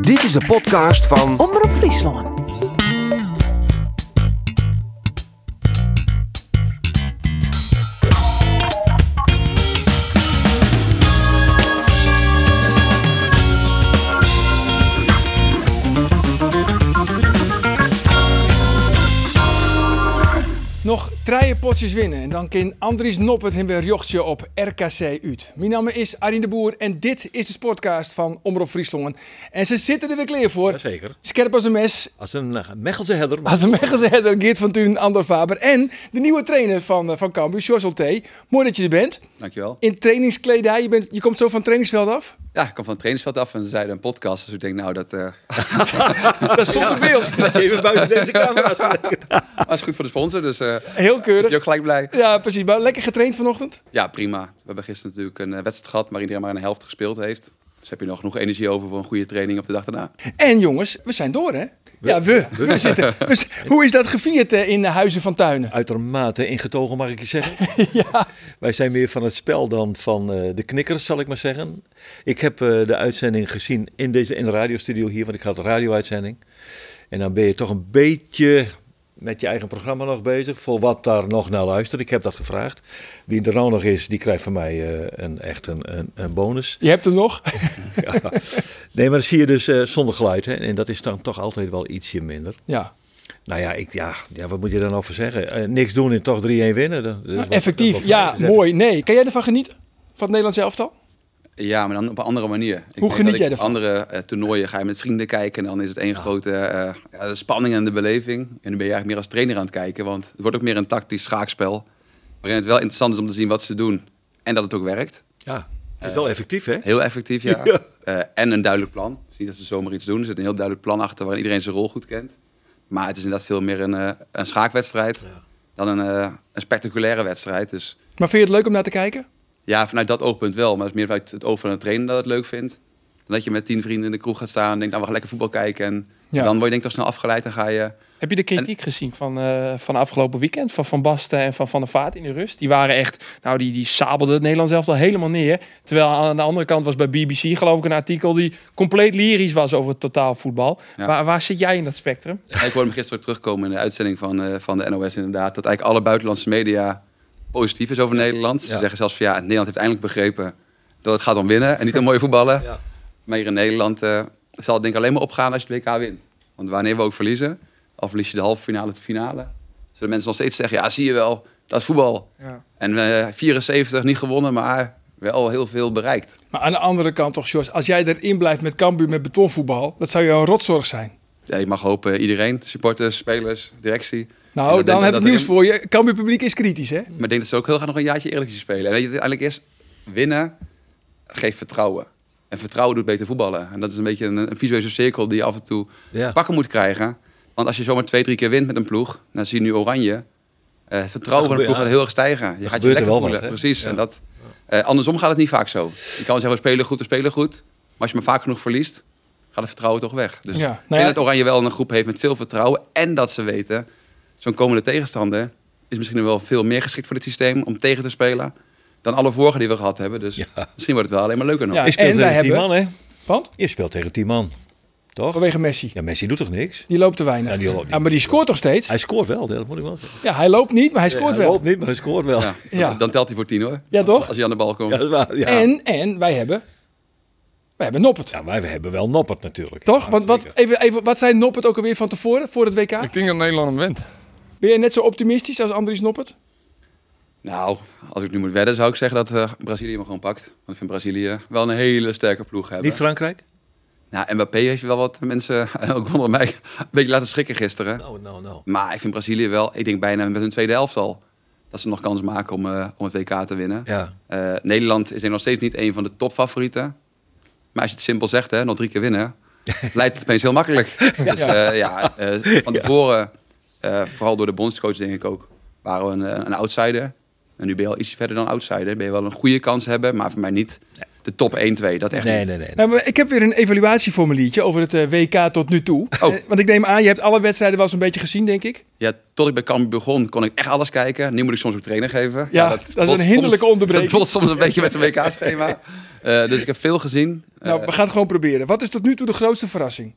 Dit is de podcast van Omroep Friesland. Nog 3 potjes winnen en dan kan Andries Noppert hem weer jochtje op RKC uit. Mijn naam is Arjen de Boer en dit is de sportcast van Omroep Friesland. En ze zitten er weer klaar voor. Jazeker. Scherp als een mes. Als een Mechelse herder. Als een Mechelse herder, Geert van Tuin, Andor Faber. En de nieuwe trainer van Cambuur, George Olté. Mooi dat je er bent. Dankjewel. In trainingskledij, je komt zo van het trainingsveld af? Ja, ik kom van het trainingsveld af en ze zeiden een podcast. Dus ik denk, nou, dat Dat is zonder beeld. Dat je even buiten deze camera's is goed voor de sponsor. Dus Heel is keurig. je ook gelijk blij. Ja, precies. Maar lekker getraind vanochtend? Ja, prima. We hebben gisteren natuurlijk een wedstrijd gehad waar iedereen maar een helft gespeeld heeft. Dus heb je nog genoeg energie over voor een goede training op de dag daarna. En jongens, we zijn door hè? We zitten. Dus, hoe is dat gevierd in de Huizen van Tuinen? Uitermate ingetogen, mag ik je zeggen. Ja. Wij zijn meer van het spel dan van de knikkers, zal ik maar zeggen. Ik heb de uitzending gezien in de radiostudio hier, want ik had een radio-uitzending. En dan ben je toch een beetje met je eigen programma nog bezig, voor wat daar nog naar luistert. Ik heb dat gevraagd. Wie er nou nog is, die krijgt van mij een bonus. Je hebt hem nog? Ja. Nee, maar dan zie je dus zonder geluid. Hè? En dat is dan toch altijd wel ietsje minder. Ja. Nou ja, wat moet je daar nou voor zeggen? Niks doen en toch 3-1 winnen. Dat is Effectief, dat is mooi. Nee, kan jij ervan genieten? Van het Nederlandse elftal? Ja, maar dan op een andere manier. Hoe geniet jij ervan? Andere toernooien ga je met vrienden kijken en dan is het één grote de spanning en de beleving. En nu ben je eigenlijk meer als trainer aan het kijken, want het wordt ook meer een tactisch schaakspel. Waarin het wel interessant is om te zien wat ze doen en dat het ook werkt. Ja, het is wel effectief, hè? Heel effectief, ja. Ja. En een duidelijk plan. Het is niet dat ze zomaar iets doen. Er zit een heel duidelijk plan achter waarin iedereen zijn rol goed kent. Maar het is inderdaad veel meer een schaakwedstrijd dan een spectaculaire wedstrijd. Dus Maar vind je het leuk om naar te kijken? ja, vanuit dat oogpunt wel. Maar het is meer vanuit het oog van een trainer dat het leuk vindt. Dan dat je met 10 vrienden in de kroeg gaat staan en denkt, nou, we gaan lekker voetbal kijken. En dan word je denk ik toch snel afgeleid en ga je... Heb je de kritiek gezien van afgelopen weekend? Van Basten en van der Vaart in de rust? Die waren echt, die sabelden het Nederlands elftal helemaal neer. Terwijl aan de andere kant was bij BBC geloof ik een artikel die compleet lyrisch was over het totaalvoetbal. Ja. Waar zit jij in dat spectrum? Ik hoorde hem gisteren ook terugkomen in de uitzending van de NOS inderdaad. Dat eigenlijk alle buitenlandse media positief is over Nederland. Ze zeggen zelfs van Nederland heeft eindelijk begrepen dat het gaat om winnen en niet om mooie voetballen. Ja. Maar hier in Nederland zal het denk ik alleen maar opgaan als je het WK wint. Want wanneer we ook verliezen, al verlies je de halve finale, de finale, zullen mensen nog steeds zeggen, ja, zie je wel, dat is voetbal. Ja. En 74 niet gewonnen, maar wel heel veel bereikt. Maar aan de andere kant toch, Jos, als jij erin blijft met Cambuur met betonvoetbal, dat zou jou een rotzorg zijn. Ja, je mag hopen, iedereen, supporters, spelers, directie. Nou, dan heb ik nieuws voor je. Cambuur publiek is kritisch, hè? Maar ik denk dat ze ook heel graag nog een jaartje eerlijkjes spelen. En weet je, uiteindelijk is winnen geeft vertrouwen. En vertrouwen doet beter voetballen. En dat is een beetje een visueuze cirkel die je af en toe pakken moet krijgen. Want als je zomaar 2-3 keer wint met een ploeg, dan zie je nu Oranje. Het vertrouwen van de ploeg gaat heel erg stijgen. Je gaat je lekker voelen. Precies. Ja. En dat, andersom gaat het niet vaak zo. Je kan zeggen, we spelen goed. Maar als je maar vaak genoeg verliest, gaat het vertrouwen toch weg. Dus ik denk dat Oranje wel een groep heeft met veel vertrouwen. En dat ze weten, zo'n komende tegenstander is misschien wel veel meer geschikt voor dit systeem om tegen te spelen dan alle vorige die we gehad hebben. Dus misschien wordt het wel alleen maar leuker nog. Ja, je speelt tegen 10 man, hè? Want? Je speelt tegen 10 man. Toch? Vanwege Messi. Ja, Messi doet toch niks? Die loopt te weinig. Ja, die loopt niet. Maar die scoort toch steeds? Hij scoort wel, dat moet ik wel zeggen. Ja, hij loopt niet, maar hij scoort wel. Hij loopt niet, maar hij scoort wel. Ja. Dan telt hij voor 10 hoor. Ja, toch? Als hij aan de bal komt. Ja, dat is waar, ja. En wij hebben Noppert. Ja, maar we hebben wel Noppert natuurlijk. Toch? Want wat zei Noppert ook alweer van tevoren, voor het WK? Ik denk dat Nederland hem wint. Ben jij net zo optimistisch als Andries Noppert? Nou, als ik nu moet wedden, zou ik zeggen dat Brazilië hem gewoon pakt. Want ik vind Brazilië wel een hele sterke ploeg hebben. Niet Frankrijk? Nou, Mbappé heeft wel wat mensen, ook onder mij, een beetje laten schrikken gisteren. No. Maar ik vind Brazilië wel, ik denk bijna met hun tweede elftal, dat ze nog kans maken om het WK te winnen. Ja. Nederland is nog steeds niet een van de topfavorieten. Maar als je het simpel zegt, nog 3 keer winnen, lijkt het opeens heel makkelijk. Dus van tevoren, vooral door de bondscoach denk ik ook, waren we een outsider. En nu ben je al iets verder dan outsider. Ben je wel een goede kans hebben, maar voor mij niet de top 1, 2. Dat echt niet. Nee. Nou, maar ik heb weer een evaluatieformuliertje over het WK tot nu toe. Oh. Want ik neem aan, je hebt alle wedstrijden wel eens een beetje gezien, denk ik. Ja, tot ik bij Cambuur begon, kon ik echt alles kijken. Nu moet ik soms ook trainer geven. Ja, dat is een hinderlijke onderbreking. Dat botst soms een beetje met zijn WK-schema. Dus ik heb veel gezien. Nou, we gaan het gewoon proberen. Wat is tot nu toe de grootste verrassing?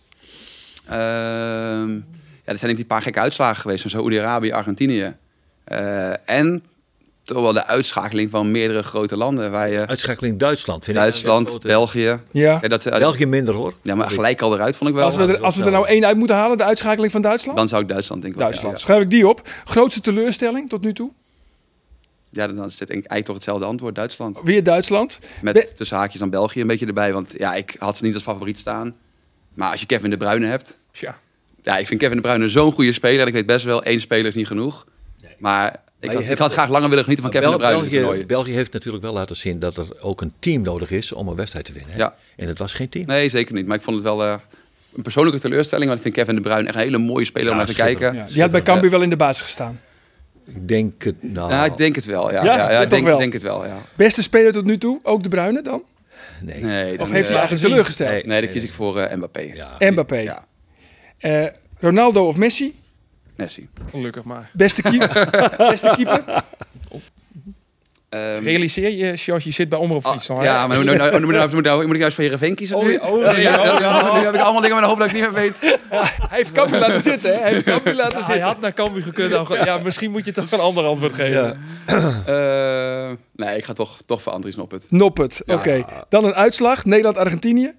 Er zijn denk ik een paar gekke uitslagen geweest van Saoedi-Arabië, Argentinië. En toch wel de uitschakeling van meerdere grote landen. Waar je Uitschakeling Duitsland. Vind Duitsland, ik België. Ja. België minder hoor. Ja, maar gelijk al eruit vond ik wel. Als we er nou één uit moeten halen, de uitschakeling van Duitsland? Dan zou ik Duitsland denk ik wel. Duitsland. Schrijf ik die op. Grootste teleurstelling tot nu toe? Ja, dan is dit denk ik eigenlijk toch hetzelfde antwoord. Duitsland. Weer Duitsland. Met tussen haakjes dan België een beetje erbij. Want ja, ik had ze niet als favoriet staan. Maar als je Kevin De Bruyne hebt. Ja, ik vind Kevin De Bruyne zo'n goede speler. En ik weet best wel, 1 speler is niet genoeg. Maar ik had graag langer willen genieten van Kevin De Bruyne in het toernooi. België heeft natuurlijk wel laten zien dat er ook een team nodig is om een wedstrijd te winnen. Hè? Ja. En het was geen team. Nee, zeker niet. Maar ik vond het wel een persoonlijke teleurstelling. Want ik vind Kevin De Bruyne echt een hele mooie speler om naar te kijken. Ja, die had bij Cambuur wel in de basis gestaan. Ik denk het nou. Ja, ik denk het wel. Ik denk het wel, ja. Beste speler tot nu toe? Ook De Bruyne dan? Nee. Of heeft hij eigenlijk teleurgesteld? Nee, dan kies ik voor Mbappé. Ja. Mbappé. Ja. Ronaldo of Messi? Messi. Gelukkig maar. Beste keeper? Realiseer je, George, je zit bij Omroep Friesland. Ja, maar moet ik juist van Heerenveen kiezen nu? Nu heb ik allemaal dingen in mijn hoofd dat ik niet meer weet. Hij heeft Cambuur laten zitten, hè? Hij had naar Cambuur gekund. Ja, misschien moet je toch een ander antwoord geven. Ja. Nee, ik ga toch voor Andries Noppert. Noppert, oké. Dan een uitslag. Nederland-Argentinië.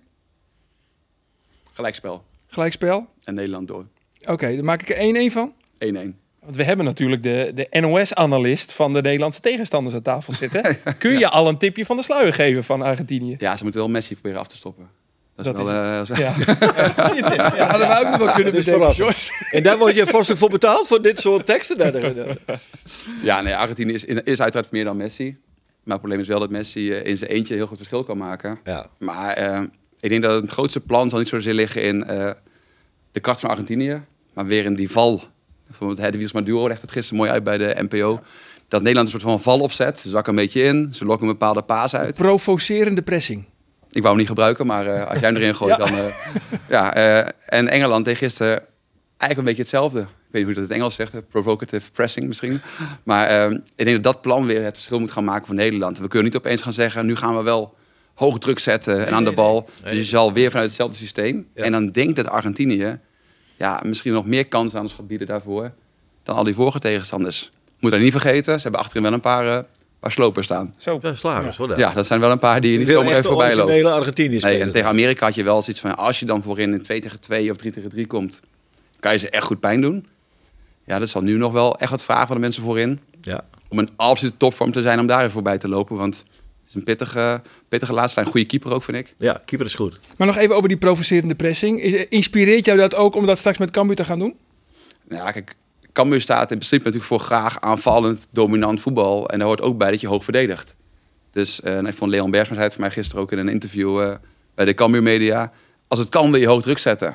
Gelijkspel. En Nederland door. 1-1. Oké, dan maak ik er 1-1 van. Want we hebben natuurlijk de NOS-analyst van de Nederlandse tegenstanders aan tafel zitten. Kun je al een tipje van de sluier geven van Argentinië? Ja, ze moeten wel Messi proberen af te stoppen. Dat is wel... Ja, hadden we ook nog wel kunnen bedenken, George. En daar word je vorstelijk voor betaald, voor dit soort teksten? Ja, nee, Argentinië is uiteraard meer dan Messi. Maar het probleem is wel dat Messi in zijn eentje een heel goed verschil kan maken. Ja. Maar ik denk dat het grootste plan zal niet zozeer liggen in de kracht van Argentinië. Maar weer in die val. Bijvoorbeeld Hedwigs Maduro legt het gisteren mooi uit bij de NPO. Ja. Dat Nederland een soort van val opzet. Ze zakken een beetje in. Ze lokken een bepaalde paas uit. Provocerende pressing. Ik wou hem niet gebruiken, maar als jij hem erin gooit, dan... En Engeland deed gisteren eigenlijk een beetje hetzelfde. Ik weet niet hoe je dat in het Engels zegt. Provocative pressing misschien. Maar ik denk dat plan weer het verschil moet gaan maken voor Nederland. We kunnen niet opeens gaan zeggen, nu gaan we wel hoog druk zetten en aan de bal. Dus je zal weer vanuit hetzelfde systeem. Ja. En dan denk ik dat Argentinië misschien nog meer kansen aan ons gaat bieden daarvoor dan al die vorige tegenstanders. Moet dat niet vergeten, ze hebben achterin wel een paar slopers staan. Zo, slagers hoor. Ja, dat zijn wel een paar die je niet zomaar even voorbij loopt. Nee, en tegen Amerika had je wel zoiets van, als je dan voorin in 2-2 of 3-3 komt, kan je ze echt goed pijn doen. Ja, dat zal nu nog wel echt wat vragen van de mensen voorin. Ja. Om een absolute topvorm te zijn om daar even voorbij te lopen, want het is een pittige laatste lijn. Goede keeper ook, vind ik. Ja, keeper is goed. Maar nog even over die provocerende pressing. Inspireert jou dat ook om dat straks met Cambuur te gaan doen? Nou, kijk, Cambuur staat in principe natuurlijk voor graag aanvallend, dominant voetbal. En daar hoort ook bij dat je hoog verdedigt. Dus ik vond Leon Bergsma zei het voor mij gisteren ook in een interview bij de Cambuur Media. Als het kan wil je hoog druk zetten.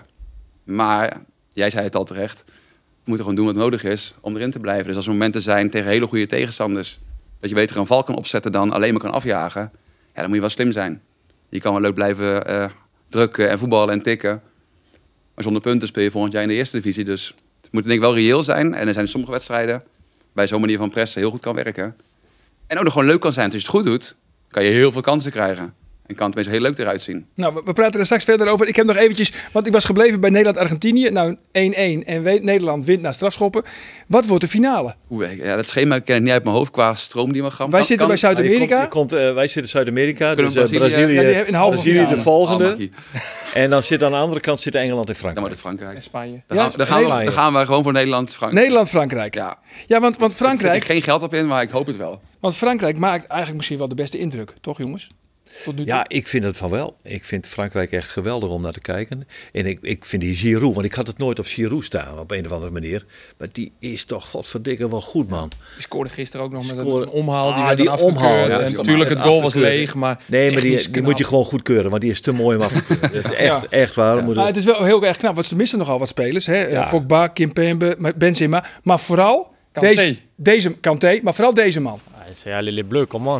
Maar, jij zei het al terecht, we moeten gewoon doen wat nodig is om erin te blijven. Dus als er momenten zijn tegen hele goede tegenstanders, dat je beter een val kan opzetten dan alleen maar kan afjagen, ja, dan moet je wel slim zijn. Je kan wel leuk blijven drukken en voetballen en tikken. Maar zonder punten speel je volgend jaar in de eerste divisie. Dus het moet denk ik wel reëel zijn. En er zijn sommige wedstrijden bij zo'n manier van pressen heel goed kan werken. En ook nog gewoon leuk kan zijn. Dus als je het goed doet, kan je heel veel kansen krijgen. En kan het meestal heel leuk eruit zien. Nou, we praten er straks verder over. Ik heb nog eventjes, want ik was gebleven bij Nederland-Argentinië. Nou, 1-1 en Nederland wint na strafschoppen. Wat wordt de finale? Ja, dat schema ken ik niet uit mijn hoofd qua stroom die we gaan. Wij zitten bij Zuid-Amerika. Wij zitten in Zuid-Amerika, dus Brazilië in halve Brazilië de volgende. En dan zit aan de andere kant Engeland en Frankrijk. Dan wordt het Frankrijk. En Spanje. Dan gaan we gewoon voor Nederland-Frankrijk. Nederland-Frankrijk. Ja, want Frankrijk... Er zit geen geld op in, maar ik hoop het wel. Want Frankrijk maakt eigenlijk misschien wel de beste indruk. Toch, jongens? Ja, ik vind het van wel. Ik vind Frankrijk echt geweldig om naar te kijken. En ik vind die Giroud, want ik had het nooit op Giroud staan op een of andere manier. Maar die is toch godverdikke wel goed, man. Die scoorde gisteren ook nog met een omhaal. Die werd die omhaal. Ja, en natuurlijk, het goal was leeg, maar... Nee, maar die moet je gewoon goedkeuren, want die is te mooi om af te keuren. Het is echt waar. Ja. Maar het is wel heel erg knap, want ze missen nogal wat spelers. Hè? Ja. Pogba, Kimpembe, Benzema. Maar vooral... Kanté, maar vooral deze man. I say allez les bleus, come on.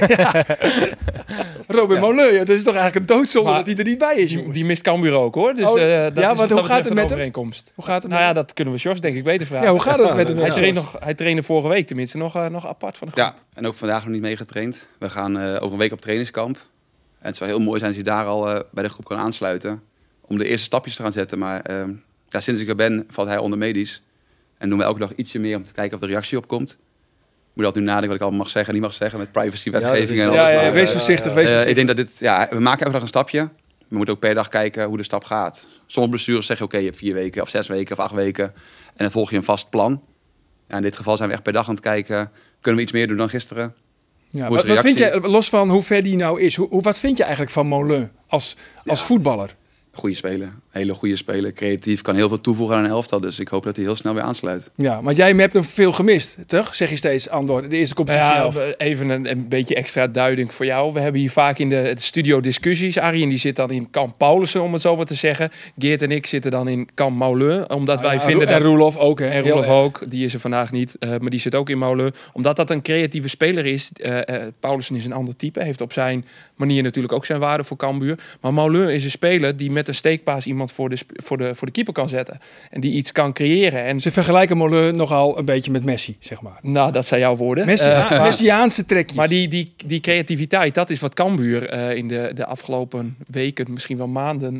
Robin Moleu, dat is toch eigenlijk een doodzonde dat hij er niet bij is. Die mist Cambuur ook, hoor. Dus, want hoe gaat het met hem? Hoe gaat het dat kunnen we Sjors denk ik beter vragen. Ja, hoe gaat het met hem? Hij trainde vorige week tenminste nog apart van de groep. Ja, en ook vandaag nog niet meegetraind. We gaan over een week op trainingskamp. En het zou heel mooi zijn als hij daar al bij de groep kan aansluiten. Om de eerste stapjes te gaan zetten. Maar sinds ik er ben, valt hij onder medisch. En doen we elke dag ietsje meer om te kijken of de reactie opkomt. Ik moet altijd nu nadenken wat ik allemaal mag zeggen en niet mag zeggen. Met privacywetgeving en alles. Ja, wees voorzichtig, ik denk dat we maken elke dag een stapje. We moeten ook per dag kijken hoe de stap gaat. Sommige blessures zeggen, oké, je hebt 4 weken of 6 weken of 8 weken. En dan volg je een vast plan. Ja, in dit geval zijn we echt per dag aan het kijken. Kunnen we iets meer doen dan gisteren? Ja, wat vind je, los van hoe ver die nou is, wat vind je eigenlijk van Moleu als voetballer? Goede speler, hele goede speler, creatief, kan heel veel toevoegen aan een elftal. Dus ik hoop dat hij heel snel weer aansluit. Ja, maar jij hebt hem veel gemist, toch? Zeg je steeds, Andor, de eerste competitie. Ja, even een beetje extra duiding voor jou. We hebben hier vaak in de studio discussies. Arjen die zit dan in kamp Paulussen, om het zo maar te zeggen. Geert en ik zitten dan in kamp Moleu. Omdat wij vinden en Roelof ook, hè? En Roelof ook, die is er vandaag niet. Maar die zit ook in Moleu. Omdat dat een creatieve speler is. Paulussen is een ander type. Heeft op zijn manier natuurlijk ook zijn waarde voor Cambuur. Maar Moleu is een speler die met een steekpaas iemand voor de keeper kan zetten. En die iets kan creëren. En ze vergelijken Moleu nogal een beetje met Messi, zeg maar. Nou, dat zijn jouw woorden. Messiaanse trekjes. Maar die creativiteit, dat is wat Cambuur in de afgelopen weken, misschien wel maanden,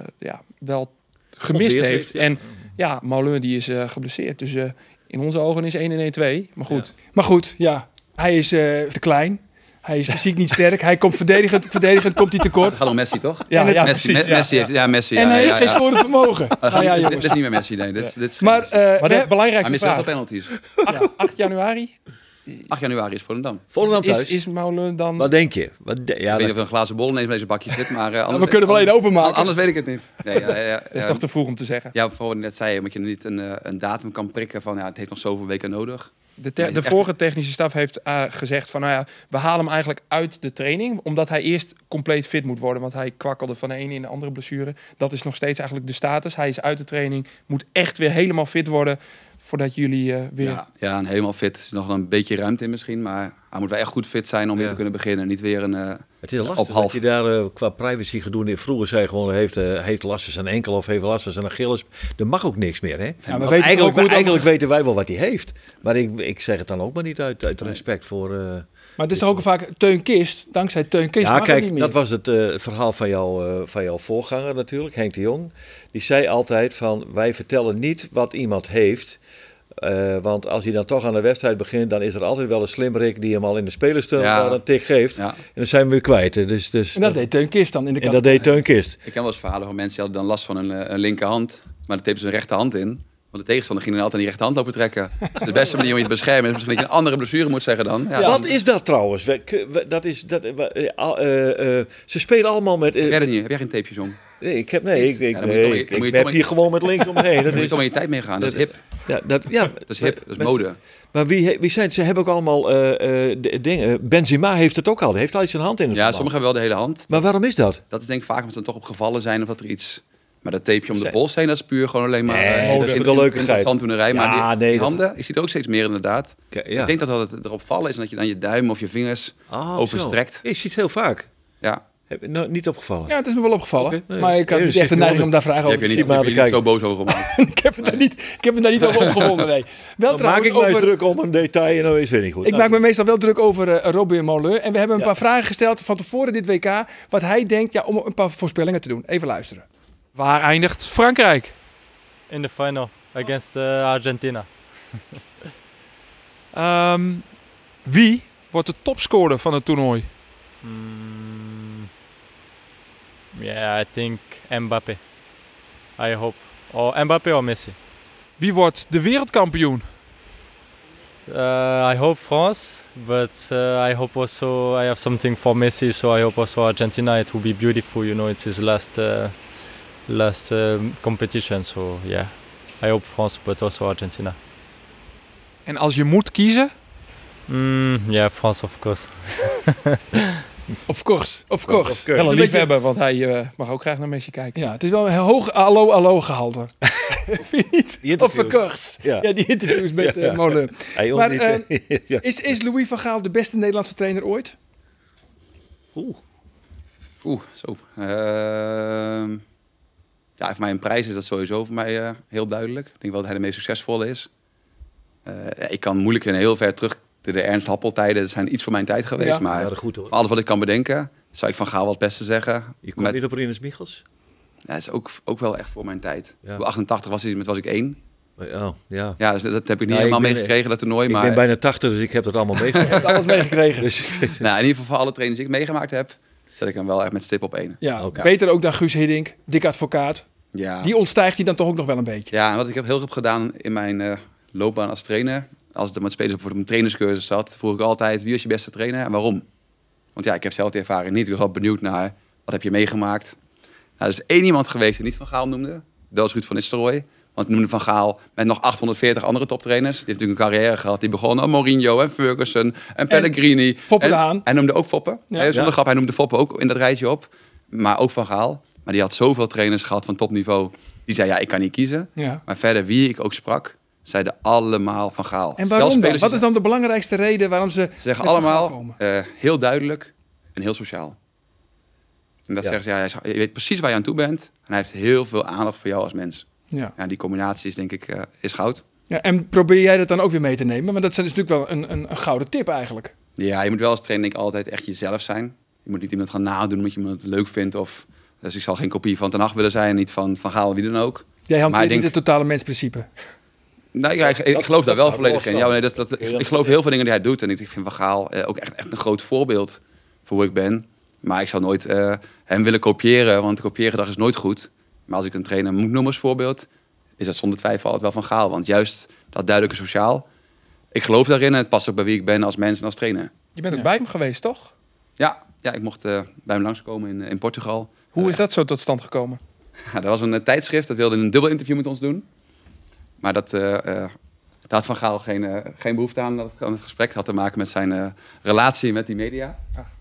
wel gemist heeft. Ja. En ja, Moleu die is geblesseerd. Dus in onze ogen is 1-1-2. Maar goed. Ja. Maar goed, ja. Hij is te klein. Hij is fysiek niet sterk. Hij komt verdedigend komt hij tekort. Het gaat om Messi, toch? Ja, Messi heeft... Messi. En hij heeft geen scorend vermogen. Dit is niet meer Messi, nee. Dit is maar de belangrijkste hij mist vraag. wel penalties. 8 januari? 8 januari is Volendam. Volendam thuis. Is Moleu dan... Wat denk je? Ik weet niet of er een glazen bol ineens met deze bakje zit, maar... we kunnen wel één openmaken. Anders weet ik het niet. Nee, dat is toch te vroeg om te zeggen. Ja, voor wat ik net zei, omdat je niet een datum kan prikken van... het heeft nog zoveel weken nodig. De vorige technische staf heeft gezegd van... we halen hem eigenlijk uit de training... omdat hij eerst compleet fit moet worden. Want hij kwakkelde van de ene in de andere blessure. Dat is nog steeds eigenlijk de status. Hij is uit de training, moet echt weer helemaal fit worden... voordat jullie weer... Ja, en helemaal fit. Er is nog een beetje ruimte in misschien. Maar hij moet wel echt goed fit zijn om weer te kunnen beginnen. Niet weer het is lastig dat je daar qua privacy gedoe... Vroeger zei gewoon, heeft last van zijn enkel of heeft last van zijn Achilles. Er mag ook niks meer, hè? Ja, maar eigenlijk weten wij wel wat hij heeft. Maar ik zeg het dan ook maar niet uit respect voor... maar het is toch ook vaak Teun Kist. Dankzij Teun Kist mag het niet meer. Dat was het verhaal van jouw voorganger natuurlijk, Henk de Jong. Die zei altijd van, wij vertellen niet wat iemand heeft... want als hij dan toch aan de wedstrijd begint... dan is er altijd wel een slimmerik die hem al in de spelerstunnel een tik geeft. Ja. En dan zijn we weer kwijt. Dus, en dat deed Teun Kist dan in de kant. En dat deed Teun Kist. Ik ken wel eens verhalen van mensen die hadden dan last van een linkerhand... maar dat hebben ze een rechterhand in... Want de tegenstander ging dan altijd die rechterhand lopen trekken. Dus de beste manier om je te beschermen is misschien dat je een andere blessure moet zeggen dan. Ja. Wat is dat trouwens? Ze spelen allemaal met... Heb jij dat niet? Heb jij geen tapejes om? Nee, ik heb hier gewoon met links omheen. Daar moet je toch met je tijd mee gaan. Dat is hip. Dat is hip. Dat is mode. Maar wie zijn ze? Hebben ook allemaal dingen. Benzema heeft het ook al. Heeft al zijn hand in het verband. Sommigen hebben wel de hele hand. Maar waarom is dat? Dat is denk ik vaak omdat ze dan toch op gevallen zijn of dat er iets... Maar dat tapeje om de pols heen, dat is puur gewoon alleen maar... dat is een leuke zanddoenerij. Maar die handen, je ziet er ook steeds meer inderdaad. Ja. Ik denk dat het erop vallen is en dat je dan je duim of je vingers overstrekt. Je ziet het heel vaak. Ja. Heb je niet opgevallen? Ja, het is me wel opgevallen. Okay, nee. Maar ik had niet echt de neiging om daar vragen over te stellen. Je hebt je niet zo boos over gemaakt. Ik heb het daar niet over opgewonden, nee. Wel trouwens maak ik mij druk om een detail en dan is het niet goed. Ik maak me meestal wel druk over Robin Moleu. En we hebben een paar vragen gesteld van tevoren dit WK. Wat hij denkt, om een paar voorspellingen te doen. Even luisteren. Waar eindigt Frankrijk? In de final against Argentina. Wie wordt de topscorer van het toernooi? I think Mbappé. I hope. Or Mbappé or Messi. Wie wordt de wereldkampioen? I hope France, but I hope also I have something for Messi, so I hope also Argentina. It will be beautiful, it's his last competition, so yeah. I hope France, but also Argentina. En als je moet kiezen? France of course. Of course. Wel een Een liefhebber, want hij mag ook graag naar Messi kijken. Ja, het is wel een hoog allo gehalte. Vind je niet? Of course. Ja, die interviews met Molen. Maar is Louis van Gaal de beste Nederlandse trainer ooit? Zo. Ja, voor mij een prijs is dat sowieso voor mij heel duidelijk. Ik denk wel dat hij de meest succesvolle is. Ik kan moeilijk en heel ver terug de Ernst Happel-tijden. Dat zijn iets voor mijn tijd geweest. Maar goed, hoor. voor alles wat ik kan bedenken, zou ik Van Gaal wel het beste zeggen. Je komt niet op Rinus Michels? Ja, dat is ook wel echt voor mijn tijd. Ja. Bij 88 was ik 1. Oh, ja. Ja, dus dat heb ik niet helemaal meegekregen, dat toernooi. Ik ben bijna 80, dus ik heb dat allemaal meegemaakt. Je hebt alles meegekregen. Dus in ieder geval voor alle trainers die ik meegemaakt heb, zet ik hem wel echt met stip op 1. Ja, beter ook dan Guus Hiddink, dik advocaat. Ja. Die ontstijgt hij dan toch ook nog wel een beetje. Ja, en wat ik heel heb gedaan in mijn loopbaan als trainer, als ik met spelers op een trainerscursus zat, vroeg ik altijd, wie is je beste trainer en waarom? Want ja, ik heb zelf die ervaring niet. Ik was al benieuwd naar, wat heb je meegemaakt? Nou, er is één iemand geweest die niet Van Gaal noemde. Dat was Ruud van Nistelrooy. Want noemde Van Gaal met nog 840 andere toptrainers. Die heeft natuurlijk een carrière gehad. Die begon aan Mourinho en Ferguson en Pellegrini. Foppe de Haan. Hij noemde ook Foppe. Ja. Zonder grap, hij noemde Foppe ook in dat rijtje op. Maar ook Van Gaal. Maar die had zoveel trainers gehad van topniveau. Die zei, ja, ik kan niet kiezen. Ja. Maar verder, wie ik ook sprak, zeiden allemaal Van Gaal. En waarom dan? Wat is dan de belangrijkste reden waarom ze zeggen met Van Gaal allemaal komen? heel duidelijk en heel sociaal. En dat zeggen ze, ja, je weet precies waar je aan toe bent. En hij heeft heel veel aandacht voor jou als mens. Ja. Ja, die combinatie is denk ik is goud. Ja, en probeer jij dat dan ook weer mee te nemen? Want dat is natuurlijk wel een gouden tip eigenlijk. Ja, je moet wel als trainer denk ik altijd echt jezelf zijn. Je moet niet iemand gaan nadoen omdat je iemand het leuk vindt. Dus ik zal geen kopie van Ten Hag willen zijn. Niet van Gaal, wie dan ook. Jij hanteert niet het totale mensprincipe. Nou ja, ik geloof daar wel volledig in. Ja, nee, ik geloof heel veel dingen die hij doet. En ik vind Van Gaal ook echt een groot voorbeeld voor hoe ik ben. Maar ik zou nooit hem willen kopiëren. Want kopieergedrag is nooit goed. Maar als ik een trainer moet noemen als voorbeeld, is dat zonder twijfel altijd wel Van Gaal. Want juist dat duidelijke sociaal. Ik geloof daarin en het past ook bij wie ik ben als mens en als trainer. Je bent ook bij hem geweest, toch? Ja, ik mocht bij hem langskomen in Portugal. Hoe is dat zo tot stand gekomen? Ja, er was een tijdschrift dat wilde een dubbel interview met ons doen. Maar daar had Van Gaal geen behoefte aan het gesprek. Het had te maken met zijn relatie met die media.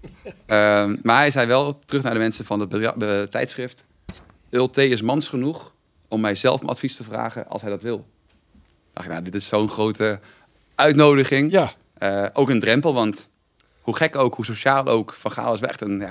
Maar hij zei wel terug naar de mensen van het tijdschrift. Ulte is mans genoeg om mij zelf om advies te vragen als hij dat wil. Dacht ik, nou, dit is zo'n grote uitnodiging. Ja. Ook een drempel, want hoe gek ook, hoe sociaal ook, Van Gaal is echt een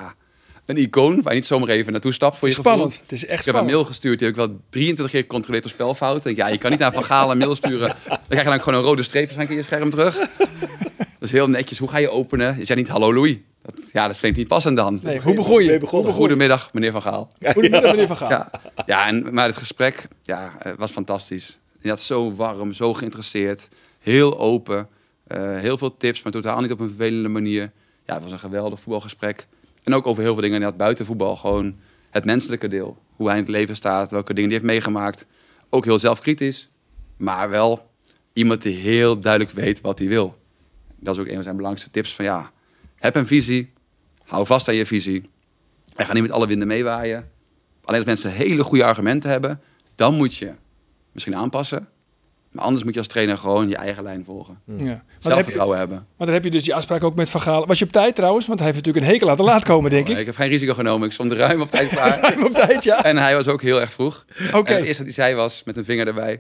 icoon waar je niet zomaar even naartoe stapt voor je Spannend. gevoel. Het is echt Ik heb een mail gestuurd, die heb ik wel 23 keer gecontroleerd op spelfouten. Ja, je kan niet naar Van Gaal een mail sturen. Dan krijg je dan gewoon een rode streep waarschijnlijk in je scherm terug. Dus heel netjes, hoe ga je openen? Je zei niet, hallo Louis. Dat vind ik niet passend dan. Nee, hoe begon je? Goedemiddag, meneer Van Gaal. Goedemiddag, meneer Van Gaal. Maar het gesprek was fantastisch. Je had zo warm, zo geïnteresseerd. Heel open. Heel veel tips, maar totaal niet op een vervelende manier. Ja, het was een geweldig voetbalgesprek. En ook over heel veel dingen net buiten voetbal. Gewoon het menselijke deel. Hoe hij in het leven staat, welke dingen die heeft meegemaakt. Ook heel zelfkritisch. Maar wel iemand die heel duidelijk weet wat hij wil. Dat is ook een van zijn belangrijkste tips. Van heb een visie. Hou vast aan je visie. En ga niet met alle winden meewaaien. Alleen als mensen hele goede argumenten hebben, dan moet je misschien aanpassen. Maar anders moet je als trainer gewoon je eigen lijn volgen. Ja. Zelfvertrouwen hebben. Maar dan heb je dus die afspraak ook met Van Gaal. Was je op tijd trouwens? Want hij heeft natuurlijk een hekel laten laat komen, denk ik. Ik heb geen risico genomen. Ik stond ruim op tijd klaar. Ruim op tijd, ja. En hij was ook heel erg vroeg. Oké. En het eerste wat hij zei was, met een vinger erbij,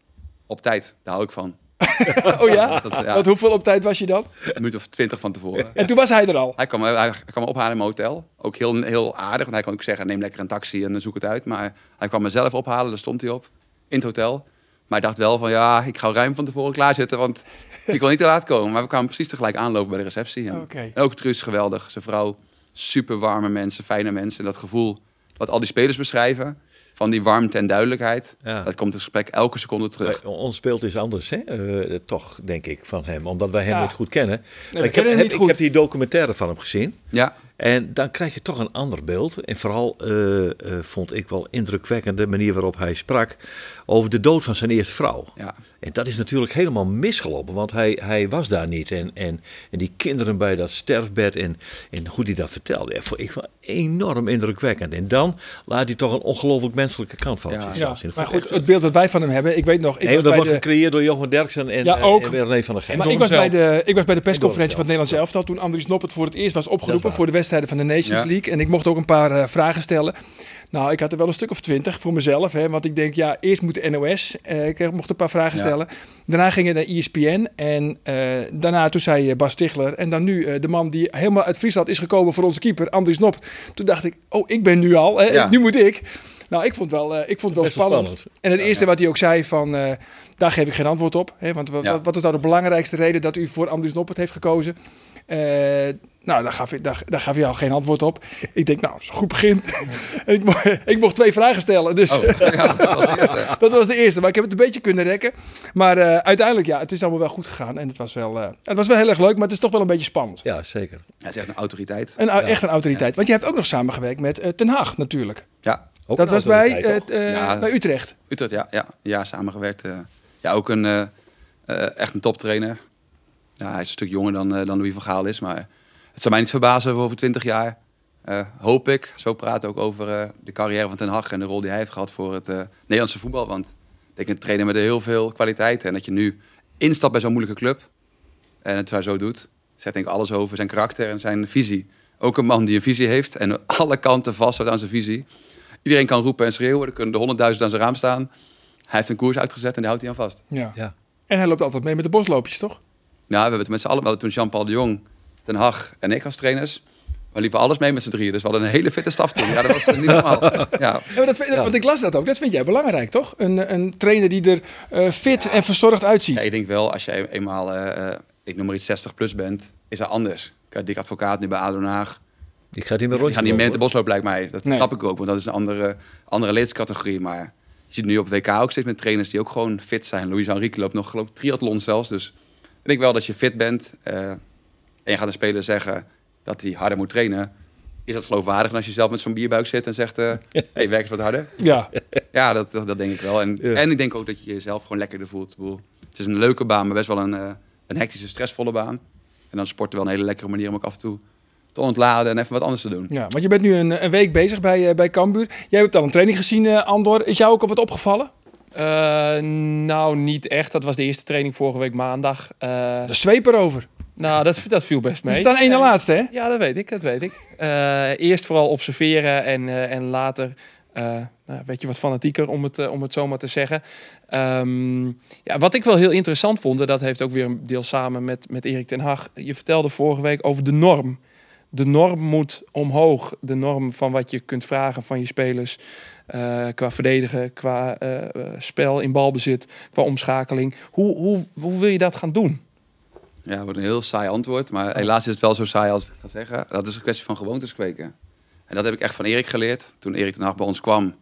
op tijd. Daar hou ik van. Oh ja? Want hoeveel op tijd was je dan? Een minuut of 20 van tevoren. En toen was hij er al? Hij kwam me ophalen in mijn hotel. Ook heel aardig, want hij kon ook zeggen, neem lekker een taxi en zoek het uit. Maar hij kwam me zelf ophalen, daar stond hij op, in het hotel. Maar hij dacht wel van, ik ga ruim van tevoren klaarzitten, want ik wil niet te laat komen. Maar we kwamen precies tegelijk aanlopen bij de receptie. En ook Truus, geweldig. Zijn vrouw, super warme mensen, fijne mensen. En dat gevoel wat al die spelers beschrijven, van die warmte en duidelijkheid, dat komt het gesprek elke seconde terug. Ons beeld is anders, hè? Toch, denk ik, van hem. Omdat wij hem niet goed kennen. Nee, ik heb die documentaire van hem gezien. Ja. En dan krijg je toch een ander beeld. En vooral vond ik wel indrukwekkend de manier waarop hij sprak over de dood van zijn eerste vrouw. Ja. En dat is natuurlijk helemaal misgelopen, want hij was daar niet. En die kinderen bij dat sterfbed en hoe hij dat vertelde, vond ik wel enorm indrukwekkend. En dan laat hij toch een ongelooflijk menselijke kant van zien. Maar goed, het beeld dat wij van hem hebben, ik weet nog... dat wordt gecreëerd door Johan Derksen en René van der Geest. Maar ik was bij de persconferentie van het Nederlandse elftal toen Andries Noppert voor het eerst was opgeroepen voor de wedstrijd wedstrijden van de Nations League. En ik mocht ook een paar vragen stellen. Nou, ik had er wel een stuk of 20 voor mezelf. Hè, want ik denk, eerst moet de NOS. Ik mocht een paar vragen stellen. Daarna ging het naar ESPN. En daarna toen zei Bas Stigler. En dan nu de man die helemaal uit Friesland is gekomen voor onze keeper, Andries Noppert. Toen dacht ik, ik ben nu al. Hè, nu moet ik. Nou, ik vond het wel spannend. En het eerste wat hij ook zei van, daar geef ik geen antwoord op. Hè, want wat is nou de belangrijkste reden dat u voor Andries Noppert heeft gekozen? Nou, daar gaf je al geen antwoord op. Ik denk, dat is een goed begin. ik mocht 2 vragen stellen. Dus dat was de eerste. Dat was de eerste. Maar ik heb het een beetje kunnen rekken. Maar uiteindelijk, het is allemaal wel goed gegaan. En het was wel heel erg leuk, maar het is toch wel een beetje spannend. Ja, zeker. Hij is echt een autoriteit. Echt een autoriteit. Want je hebt ook nog samengewerkt met Ten Hag natuurlijk. Ja. Ook dat was bij Utrecht. Utrecht, ja, samengewerkt. Ook echt een toptrainer. Ja, hij is een stuk jonger dan Louis van Gaal is, maar het zou mij niet verbazen over 20 jaar. Hoop ik. Zo praten ook over de carrière van Ten Hag en de rol die hij heeft gehad voor het Nederlandse voetbal. Want ik denk een trainer met heel veel kwaliteit. En dat je nu instapt bij zo'n moeilijke club en het zo doet, zegt denk ik alles over zijn karakter en zijn visie. Ook een man die een visie heeft en alle kanten vasthoudt aan zijn visie. Iedereen kan roepen en schreeuwen, er kunnen de 100.000 aan zijn raam staan. Hij heeft een koers uitgezet en die houdt hij aan vast. Ja. En hij loopt altijd mee met de bosloopjes, toch? Ja, we hebben het met z'n allen, toen Jean-Paul de Jong, Ten Hag en ik als trainers. We liepen alles mee met z'n drieën, dus we hadden een hele fitte staf toen. Ja, dat was niet normaal. Ja. Want ik las dat ook, dat vind jij belangrijk, toch? Een trainer die er fit en verzorgd uitziet. Ja, ik denk wel, als je eenmaal, ik noem maar iets 60 plus bent, is dat anders. Kijk, Dick Advocaat nu bij ADO Den Haag. Die gaat niet meer rondje. Die gaat niet meer met de bosloop, lijkt mij. Dat snap ik ook, want dat is een andere leeftijdscategorie. Maar je ziet nu op WK ook steeds met trainers die ook gewoon fit zijn. Louis Henrique loopt nog, geloof ik, triathlon zelfs. Dus ik denk wel dat je fit bent en je gaat een speler zeggen dat hij harder moet trainen. Is dat geloofwaardig als je zelf met zo'n bierbuik zit en zegt, hey, werk eens wat harder? Ja, dat denk ik wel. En ik denk ook dat je jezelf gewoon lekkerder voelt. Het is een leuke baan, maar best wel een hectische, stressvolle baan. En dan sporten wel een hele lekkere manier om ook af en toe te ontladen en even wat anders te doen. Ja, want je bent nu een week bezig bij Cambuur. Jij hebt al een training gezien, Andor. Is jou ook al wat opgevallen? Nou, niet echt. Dat was de eerste training vorige week maandag. De zweep erover. Nou, dat viel best mee. Je staat 1 laatste, hè? Ja, dat weet ik. Eerst vooral observeren en later weet je, wat fanatieker, om het zo maar te zeggen. Wat ik wel heel interessant vond, dat heeft ook weer een deel samen met Erik ten Hag. Je vertelde vorige week over de norm. De norm moet omhoog. De norm van wat je kunt vragen van je spelers. Qua verdedigen, qua spel in balbezit, qua omschakeling. Hoe wil je dat gaan doen? Ja, dat wordt een heel saai antwoord. Maar helaas is het wel zo saai als ik ga zeggen. Dat is een kwestie van gewoontes kweken. En dat heb ik echt van Erik geleerd. Toen Erik ten Hag bij ons kwam.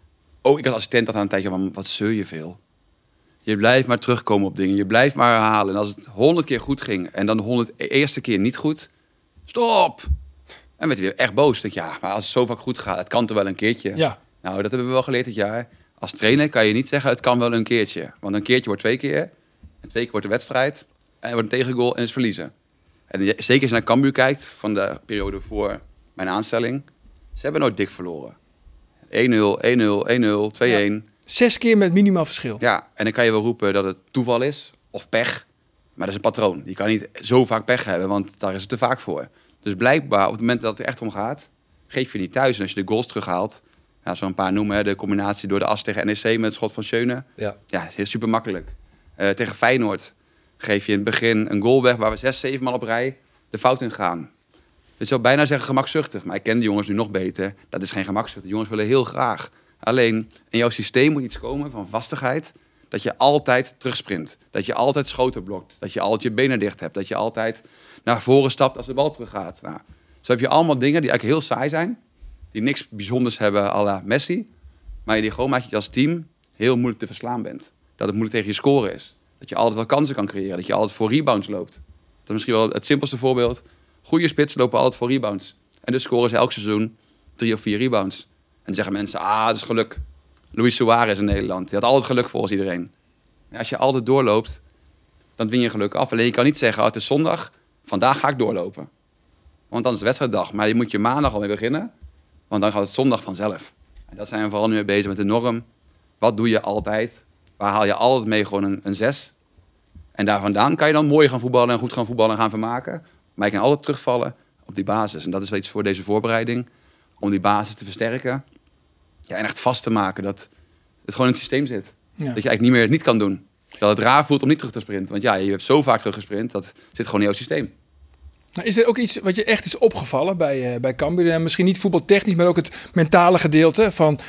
Ik als assistent had aan een tijdje van, wat zeur je veel. Je blijft maar terugkomen op dingen. Je blijft maar herhalen. En als het 100 keer goed ging en dan de 101ste keer niet goed. Stop! En werd hij weer echt boos. Ik denk, maar als het zo vaak goed gaat, het kan toch wel een keertje. Ja. Nou, dat hebben we wel geleerd dit jaar. Als trainer kan je niet zeggen, het kan wel een keertje. Want een keertje wordt 2 keer. En 2 keer wordt de wedstrijd. En wordt een tegengoal en is verliezen. En zeker als je naar Cambuur kijkt, van de periode voor mijn aanstelling. Ze hebben nooit dik verloren. 1-0, 1-0, 1-0, 2-1. Ja. 6 keer met minimaal verschil. Ja, en dan kan je wel roepen dat het toeval is. Of pech. Maar dat is een patroon. Je kan niet zo vaak pech hebben, want daar is het te vaak voor. Dus blijkbaar, op het moment dat het er echt om gaat, geef je niet thuis. En als je de goals terughaalt, zo een paar noemen, de combinatie door de as tegen NEC met het schot van Schöne. Ja, is super makkelijk. Tegen Feyenoord geef je in het begin een goal weg waar we 6, 7 maal op rij de fout in gaan. Je zou bijna zeggen gemakzuchtig, maar ik ken de jongens nu nog beter. Dat is geen gemakzucht. De jongens willen heel graag. Alleen, in jouw systeem moet iets komen van vastigheid. Dat je altijd terugsprint. Dat je altijd schoten blokt. Dat je altijd je benen dicht hebt. Dat je altijd naar voren stapt als de bal teruggaat. Nou, zo heb je allemaal dingen die eigenlijk heel saai zijn. Die niks bijzonders hebben à la Messi. Maar die gewoon maakt dat je als team heel moeilijk te verslaan bent. Dat het moeilijk tegen je scoren is. Dat je altijd wel kansen kan creëren. Dat je altijd voor rebounds loopt. Dat is misschien wel het simpelste voorbeeld. Goede spits lopen altijd voor rebounds. En dus scoren ze elk seizoen 3 of 4 rebounds. En dan zeggen mensen, dat is geluk. Luis Suarez in Nederland. Die had altijd geluk volgens iedereen. Ja, als je altijd doorloopt, dan win je geluk af. Alleen je kan niet zeggen, het is zondag, vandaag ga ik doorlopen. Want dan is het wedstrijddag. Maar je moet je maandag al mee beginnen. Want dan gaat het zondag vanzelf. En dat zijn we vooral nu mee bezig met de norm. Wat doe je altijd? Waar haal je altijd mee gewoon een 6? En daar vandaan kan je dan mooi gaan voetballen en goed gaan voetballen en gaan vermaken. Maar je kan altijd terugvallen op die basis. En dat is wel iets voor deze voorbereiding. Om die basis te versterken. Ja, en echt vast te maken dat het gewoon in het systeem zit. Ja. Dat je eigenlijk niet kan doen. Dat het raar voelt om niet terug te sprinten. Want ja, je hebt zo vaak teruggesprint. Dat zit gewoon in jouw systeem. Nou, is er ook iets wat je echt is opgevallen bij Cambuur? En misschien niet voetbaltechnisch, maar ook het mentale gedeelte. Want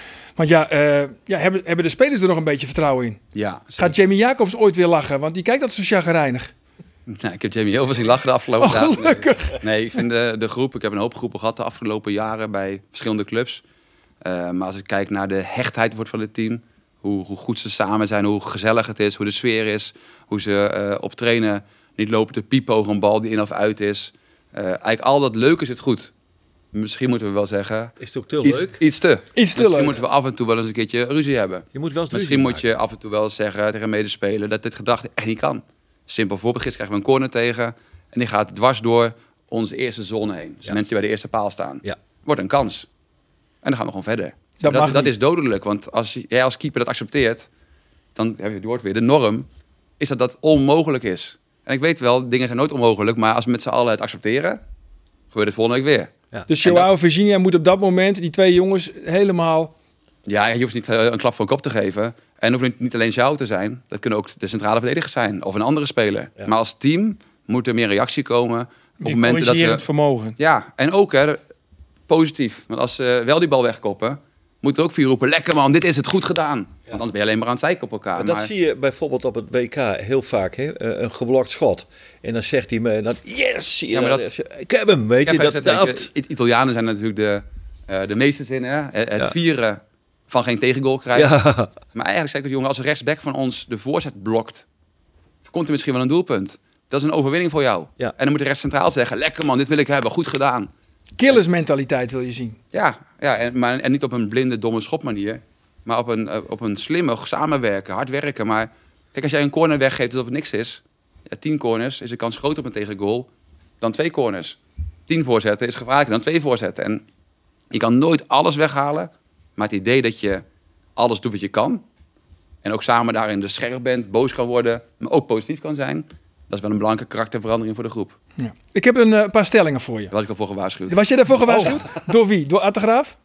hebben de spelers er nog een beetje vertrouwen in? Ja, Gaat Jamie Jacobs ooit weer lachen? Want die kijkt altijd zo chagrijnig. Nou, ik heb Jamie heel veel zien lachen de afgelopen dagen. Gelukkig. Nee, ik vind de groep... Ik heb een hoop groepen gehad de afgelopen jaren bij verschillende clubs. Maar als ik kijk naar de hechtheid wordt van het team... Hoe goed ze samen zijn, hoe gezellig het is, hoe de sfeer is... hoe ze op trainen niet lopen te piepen over een bal die in of uit is. Eigenlijk al dat leuke zit goed. Misschien moeten we wel zeggen... Is het ook te leuk? Iets te Misschien leuk. Moeten we af en toe wel eens een keertje ruzie hebben. Je moet wel eens Misschien moet je af en toe wel eens zeggen tegen een medespeler... dat dit gedachte echt niet kan. Simpel voorbeeld, gisteren krijgen we een corner tegen... en die gaat dwars door onze eerste zone heen. Dus de mensen die bij de eerste paal staan. Ja. Wordt een kans. En dan gaan we gewoon verder. Dat is dodelijk, want als jij als keeper dat accepteert... dan heb je het woord weer, de norm... is dat onmogelijk is. En ik weet wel, dingen zijn nooit onmogelijk... maar als we met z'n allen het accepteren... gebeurt het volgende week weer. Ja. Dus Joao Virginia moet op dat moment die twee jongens helemaal... Ja, je hoeft niet een klap voor een kop te geven. En het hoeft niet alleen Joao te zijn. Dat kunnen ook de centrale verdedigers zijn. Of een andere speler. Ja. Maar als team moet er meer reactie komen. Op momenten dat we... het vermogen. Ja, en ook positief. Want als ze wel die bal wegkoppen... moeten we ook 4 roepen. Lekker man, dit is het goed gedaan. Ja. Want anders ben je alleen maar aan het zeiken op elkaar. Maar dat zie je bijvoorbeeld op het WK heel vaak. Hè? Een geblokt schot. En dan zegt hij me... Yes! Ja, maar ik heb hem, weet je. Dat. Italianen zijn natuurlijk de meesters in. Het vieren van geen tegengoal krijgen. Ja. Maar eigenlijk zeg ik het, jongen, als een rechtsback van ons de voorzet blokt... komt er misschien wel een doelpunt. Dat is een overwinning voor jou. Ja. En dan moet de rechts centraal zeggen... lekker man, dit wil ik hebben, goed gedaan. Killersmentaliteit wil je zien. Ja, en niet op een blinde, domme schopmanier. Maar op een slimme samenwerken, hard werken. Maar kijk, als jij een corner weggeeft alsof het niks is... 10 corners is de kans groter op een tegengoal dan 2 corners. 10 voorzetten is gevaarlijker dan 2 voorzetten. En je kan nooit alles weghalen. Maar het idee dat je alles doet wat je kan... en ook samen daarin dus scherp bent, boos kan worden... maar ook positief kan zijn... dat is wel een belangrijke karakterverandering voor de groep. Ja. Ik heb een paar stellingen voor je. Daar was ik al voor gewaarschuwd. Was je daarvoor gewaarschuwd? Door wie? Door Attegraaf?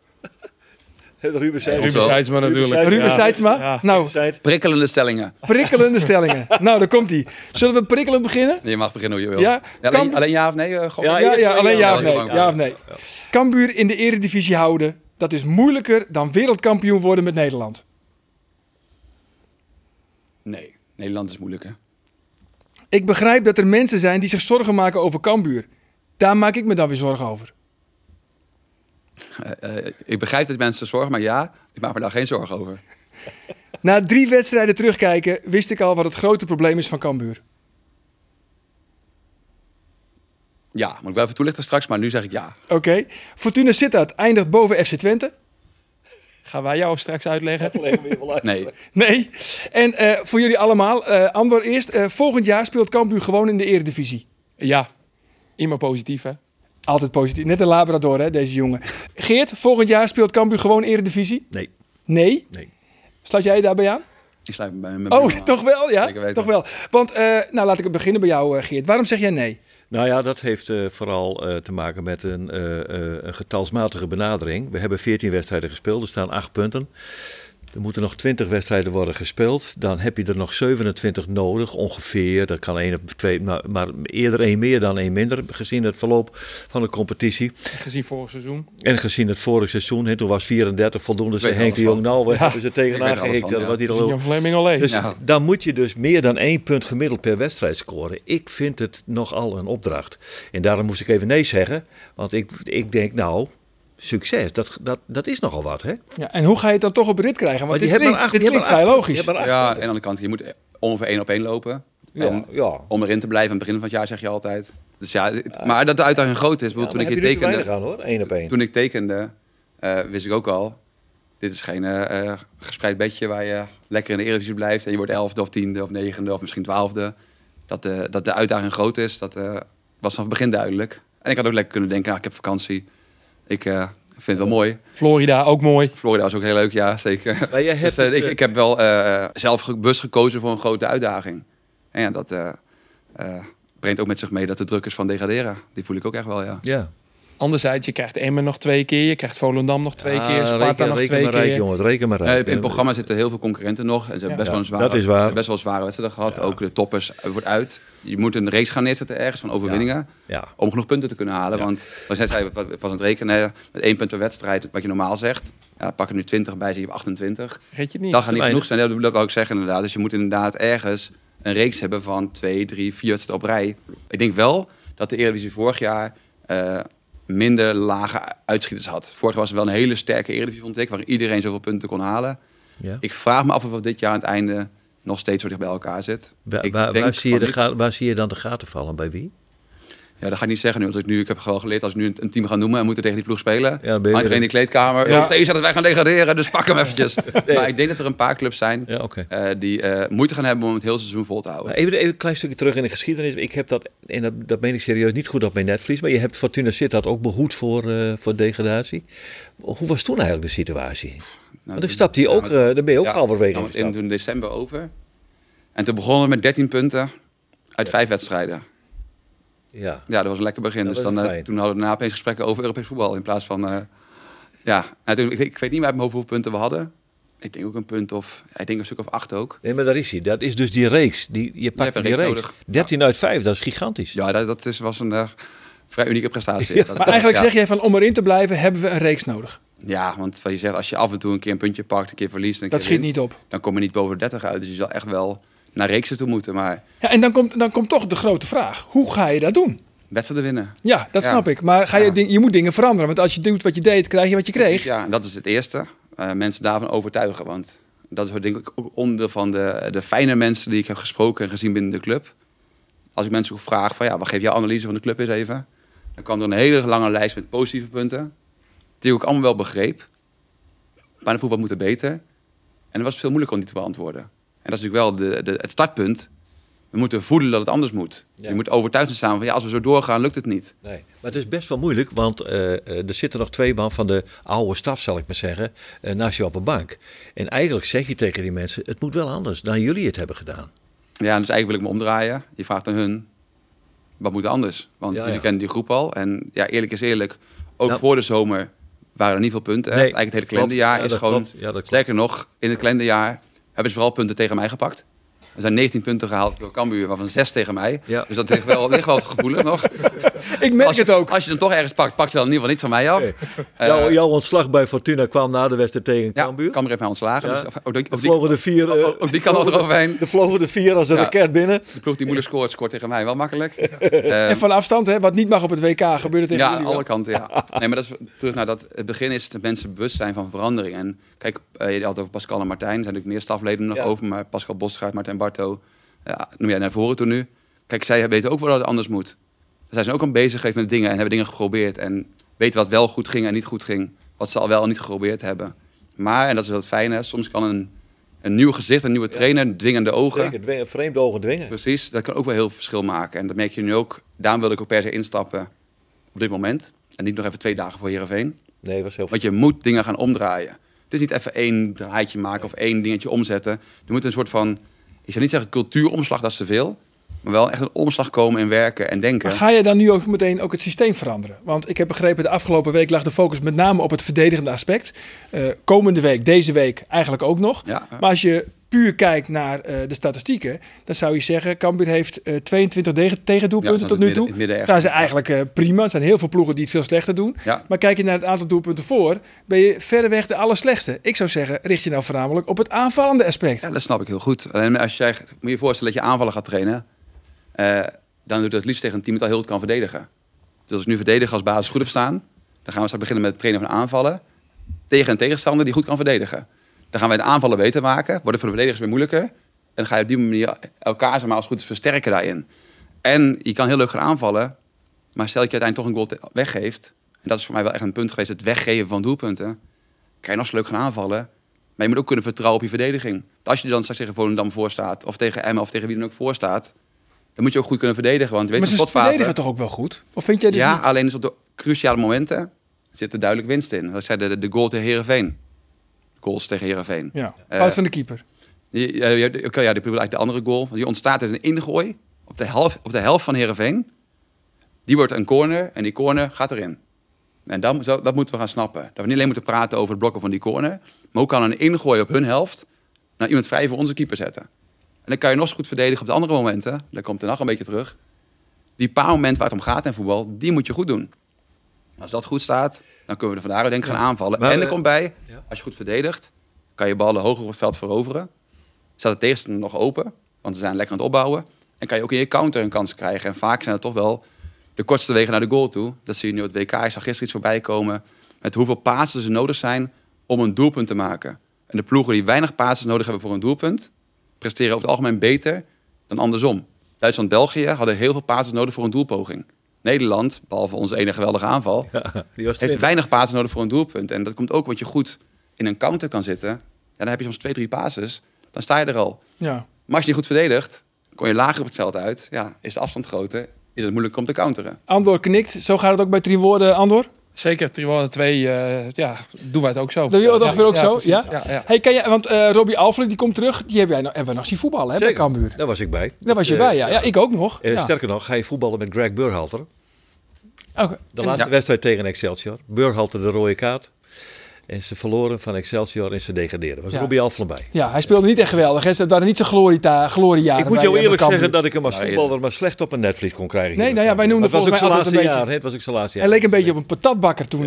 Ruben Seidsma natuurlijk. Ruben Seidsma? Ja. Nou, prikkelende stellingen. Prikkelende stellingen. Nou, daar komt ie. Zullen we prikkelend beginnen? Je mag beginnen hoe je wil. Ja? Alleen ja of nee? Ja, alleen ja of nee. Ja of nee. Cambuur in de eredivisie houden, dat is moeilijker dan wereldkampioen worden met Nederland. Nee, Nederland is moeilijker. Ik begrijp dat er mensen zijn die zich zorgen maken over Cambuur. Daar maak ik me dan weer zorgen over. Ik begrijp dat mensen zorgen, maar ja, ik maak me daar geen zorgen over. Na 3 wedstrijden terugkijken wist ik al wat het grote probleem is van Cambuur. Ja, moet ik wel even toelichten straks, maar nu zeg ik ja. Oké. Fortuna Sittard eindigt boven FC Twente. Gaan wij jou straks uitleggen? Nee. Nee. En voor jullie allemaal, Andor eerst. Volgend jaar speelt Cambuur gewoon in de eredivisie. Ja, immer positief hè? Altijd positief. Net een Labrador hè, deze jongen. Geert, volgend jaar speelt Cambuur gewoon eredivisie? Nee. Nee? Nee. Sluit jij daarbij aan? Ik sluit bij mijn Oh, toch wel? Ja, toch wel. Want, laat ik beginnen bij jou, Geert. Waarom zeg jij nee? Nou ja, dat heeft vooral te maken met een getalsmatige benadering. We hebben 14 wedstrijden gespeeld, er staan 8 punten. Er moeten nog 20 wedstrijden worden gespeeld. Dan heb je er nog 27 nodig, ongeveer. Dat kan 1 of 2, maar eerder 1 meer dan 1 minder, gezien het verloop van de competitie. Gezien vorig seizoen. En gezien het vorige seizoen, toen was 34 voldoende. Ze Henk de Jong, nou, we hebben ze tegenaan gehikt. Jan Vlemming al dus dan moet je dus meer dan 1 punt gemiddeld per wedstrijd scoren. Ik vind het nogal een opdracht. En daarom moest ik even nee zeggen. Want ik denk, nou... Succes, dat is nogal wat, hè? Ja, en hoe ga je het dan toch op rit krijgen? Want dit klinkt vrij logisch. Ja, aan de andere kant, je moet ongeveer 1 op 1 lopen. Om erin te blijven aan het begin van het jaar, zeg je altijd. Dus ja, maar dat de uitdaging groot is. Toen ik hier tekende, aan, hoor. 1 op 1. Toen ik tekende, wist ik ook al... Dit is geen gespreid bedje waar je lekker in de Eredivisie blijft... en je wordt 11e of 10e of 9e of misschien 12e. Dat de uitdaging groot is, dat was vanaf het begin duidelijk. En ik had ook lekker kunnen denken, nou, ik heb vakantie... Ik vind het wel mooi. Florida ook mooi. Florida is ook heel leuk, ja, zeker. Maar jij hebt dus, ik heb wel zelf bewust gekozen voor een grote uitdaging. En ja, dat brengt ook met zich mee dat de druk is van degraderen. Die voel ik ook echt wel, ja. Ja. Anderzijds, je krijgt Emmen nog 2 keer. Je krijgt Volendam nog 2 keer. Sparta nog 2 keer. Rijk, jongens, reken maar uit. In het programma zitten heel veel concurrenten nog. En ze hebben dat is waar. Ze hebben best wel zware wedstrijden gehad. Ook de toppers wordt uit. Je moet een race gaan neerzetten ergens van overwinningen. Ja. Om genoeg punten te kunnen halen. Want wat jij zei, was aan het rekenen. Met 1 punt per wedstrijd, wat je normaal zegt. Ja, pak er nu 20 bij, zie je 28. Red je het niet. Dat gaat niet genoeg zijn. Dat wou ik zeggen inderdaad. Dus je moet inderdaad ergens een reeks hebben van 2, 3, 4 wedstrijden op rij. Ik denk wel dat de Eredivisie vorig jaar minder lage uitschieters had. Vorig jaar was er wel een hele sterke Eredivisie, vond ik, waar iedereen zoveel punten kon halen. Ja. Ik vraag me af of dit jaar aan het einde nog steeds zo dicht bij elkaar zit. Waar zie je dan de gaten vallen? Bij wie? Ja, dat ga ik niet zeggen nu. Ik heb gewoon geleerd, als we nu een team gaan noemen en moeten tegen die ploeg spelen. Ja, hangt er in de kleedkamer. Ja. Deze dat wij gaan degraderen, dus pak hem eventjes. Nee. Maar ik denk dat er een paar clubs zijn die moeite gaan hebben om het hele seizoen vol te houden. Even een klein stukje terug in de geschiedenis. Ik heb dat, en dat meen ik serieus, niet goed op mijn netvlies. Maar je hebt Fortuna Sittard ook behoed voor degradatie. Hoe was toen eigenlijk de situatie? Want dan stapt hij ook, dan ben je ook halverwege gestapt. In december over. En toen begonnen we met 13 punten uit 5 wedstrijden. Ja, dat was een lekker begin. Dus toen hadden we daarna opeens gesprekken over Europees voetbal. In plaats van... ik weet niet meer uit mijn hoofd hoeveel punten we hadden. Ik denk ook een punt of... Ik denk een stuk of 8 ook. Nee, maar daar is hij. Dat is dus die reeks. Je pakt die reeks. Nodig. 13 uit 5, dat is gigantisch. Ja, dat was een vrij unieke prestatie. Ja. Maar eigenlijk zeg jij van om erin te blijven, hebben we een reeks nodig. Ja, want wat je zegt, als je af en toe een keer een puntje pakt, een keer verliest... Dat schiet niet op. Dan kom je niet boven de 30 uit. Dus je zal echt wel naar reeksen toe moeten. Maar... Ja, en dan komt toch de grote vraag. Hoe ga je dat doen? Wedstrijden winnen. Ja, dat snap ik. Maar je moet dingen veranderen. Want als je doet wat je deed, krijg je wat je kreeg. Precies, ja, en dat is het eerste. Mensen daarvan overtuigen. Want dat is denk ik ook onderdeel van de fijne mensen die ik heb gesproken en gezien binnen de club. Als ik mensen ook vraag van wat geeft jouw analyse van de club eens even? Dan kwam er een hele lange lijst met positieve punten. Die ik ook allemaal wel begreep. Maar de voetbal moet er beter. En het was veel moeilijker om die te beantwoorden. En dat is natuurlijk wel het startpunt. We moeten voelen dat het anders moet. Ja. Je moet overtuigd staan van als we zo doorgaan, lukt het niet. Nee, maar het is best wel moeilijk, want er zitten nog 2 man van de oude staf, zal ik maar zeggen, naast je op een bank. En eigenlijk zeg je tegen die mensen, het moet wel anders dan jullie het hebben gedaan. Ja, dus eigenlijk wil ik me omdraaien. Je vraagt aan hun, wat moet anders? Want jullie kennen die groep al. En eerlijk is eerlijk, ook voor de zomer waren er niet veel punten. Nee, eigenlijk het hele kalenderjaar is gewoon... Sterker nog, in het kalenderjaar hebben ze vooral punten tegen mij gepakt. Er zijn 19 punten gehaald door Cambuur, waarvan 6 tegen mij. Ja. Dus dat ligt wel het gevoelig nog. Ik merk het ook. Als je hem toch ergens pakt, pak ze dan in ieder geval niet van mij af. Nee. Jouw ontslag bij Fortuna kwam na de wedstrijd tegen Cambuur. Cambuur heeft mij ontslagen. Ja. Dus vlogen de 4. Ook die kan er overheen. Er vlogen de 4 als een raket binnen. De ploeg die moeilijk scoort tegen mij. Wel makkelijk. En van afstand, wat niet mag op het WK, gebeurt het tegen jullie aan alle kanten, Nee, maar dat is terug naar dat het begin is dat mensen bewust zijn van verandering. En kijk, je had het over Pascal en Martijn. Er zijn natuurlijk meer stafleden nog over. Maar Pascal Bosgaard, Martijn Barto... noem jij naar voren toe nu. Kijk, zij weten ook wel dat het anders moet. Zij zijn ook aan bezig geweest met dingen en hebben dingen geprobeerd. En weten wat wel goed ging en niet goed ging. Wat ze al wel en niet geprobeerd hebben. Maar, en dat is wel het fijne, soms kan een nieuw gezicht, een nieuwe trainer, dwingende ogen. Zeker, vreemde ogen dwingen. Precies, dat kan ook wel heel veel verschil maken. En dat merk je nu ook. Daarom wilde ik ook per se instappen op dit moment. En niet nog even 2 dagen voor Heerenveen. Nee, dat was heel Want je moet dingen gaan omdraaien. Het is niet even 1 draadje maken of 1 dingetje omzetten. Je moet een soort van... Ik zou niet zeggen cultuuromslag, dat is te veel. Maar wel echt een omslag komen in werken en denken. Maar ga je dan nu ook meteen het systeem veranderen? Want ik heb begrepen, de afgelopen week lag de focus met name op het verdedigende aspect. Komende week, deze week eigenlijk ook nog. Ja. Maar als je puur kijkt naar de statistieken, dan zou je zeggen, Cambuur heeft 22 tegendoelpunten tot nu toe. Daar zijn eigenlijk prima. Er zijn heel veel ploegen die het veel slechter doen. Ja. Maar kijk je naar het aantal doelpunten voor, ben je verreweg de allerslechtste. Ik zou zeggen, richt je nou voornamelijk op het aanvallende aspect. Ja, dat snap ik heel goed. Alleen als jij, moet je je voorstellen dat je aanvallen gaat trainen, dan doe je het liefst tegen een team dat al heel goed kan verdedigen. Dus als ik nu verdedigen als basis goed op staan, dan gaan we straks beginnen met het trainen van aanvallen tegen een tegenstander die goed kan verdedigen. Dan gaan wij de aanvallen beter maken, wordt het voor de verdedigers weer moeilijker. En dan ga je op die manier elkaar als het goed is versterken daarin. En je kan heel leuk gaan aanvallen, maar stel dat je uiteindelijk toch een goal weggeeft, en dat is voor mij wel echt een punt geweest, het weggeven van doelpunten, kan je nog zo leuk gaan aanvallen, maar je moet ook kunnen vertrouwen op je verdediging. Als je dan straks tegen Volendam voor staat, of tegen Emmen, of tegen wie dan ook voor staat, dan moet je ook goed kunnen verdedigen. Want je weet, maar ze verdedigen toch ook wel goed? Of vind jij dus niet? Alleen dus op de cruciale momenten zit er duidelijk winst in. Dat zei de goal tegen Heerenveen. Goals tegen Heerenveen. Ja, fout van de keeper. Die bedoel eigenlijk de andere goal. Die ontstaat uit een ingooi op de helft van Heerenveen. Die wordt een corner en die corner gaat erin. En dat moeten we gaan snappen. Dat we niet alleen moeten praten over het blokken van die corner. Maar hoe kan een ingooi op hun helft naar iemand vrij voor onze keeper zetten? En dan kan je nog zo goed verdedigen op de andere momenten. Dan komt de nacht een beetje terug. Die paar momenten waar het om gaat in voetbal, die moet je goed doen. Als dat goed staat, dan kunnen we er vandaar denk ik gaan aanvallen. Maar, en er komt bij, als je goed verdedigt, kan je ballen hoger op het veld veroveren. Staat de tegenstander nog open, want ze zijn lekker aan het opbouwen. En kan je ook in je counter een kans krijgen. En vaak zijn het toch wel de kortste wegen naar de goal toe. Dat zie je nu op het WK. Ik zag gisteren iets voorbij komen met hoeveel passes er nodig zijn om een doelpunt te maken. En de ploegen die weinig passes nodig hebben voor een doelpunt, presteren over het algemeen beter dan andersom. Duitsland en België hadden heel veel passes nodig voor een doelpoging. Nederland, behalve onze ene geweldige aanval, heeft weinig passes nodig voor een doelpunt. En dat komt ook omdat je goed in een counter kan zitten. En dan heb je soms 2-3 passes, dan sta je er al. Ja. Maar als je niet goed verdedigt, kom je lager op het veld uit. Ja, is de afstand groter, is het moeilijk om te counteren. Andor knikt. Zo gaat het ook bij Triwoorden, Andor? Zeker, Triwoorden 2, doen wij het ook zo. Doe je het ook zo? Precies. Ja? Hey, want Robbie Alfred die komt terug. Die hebben we nog zien voetballen, hè, bij Cambuur. Daar was ik bij. Daar was je bij, ja. Ja, ik ook nog. Sterker nog, ga je voetballen met Greg Berhalter. Okay. De laatste wedstrijd tegen Excelsior. Berhalter de rode kaart. En ze verloren van Excelsior en ze degradeerden. Was Robbie Alflen bij. Ja, hij speelde niet echt geweldig. Het waren niet zijn gloriejaren. Ik moet jou eerlijk zeggen dat ik hem als voetballer maar slecht op een netvlies kon krijgen. Nee, nou ja, wij noemden volgens mij altijd een beetje... Het was ook zijn laatste jaar. Hij leek een beetje op een patatbakker toen.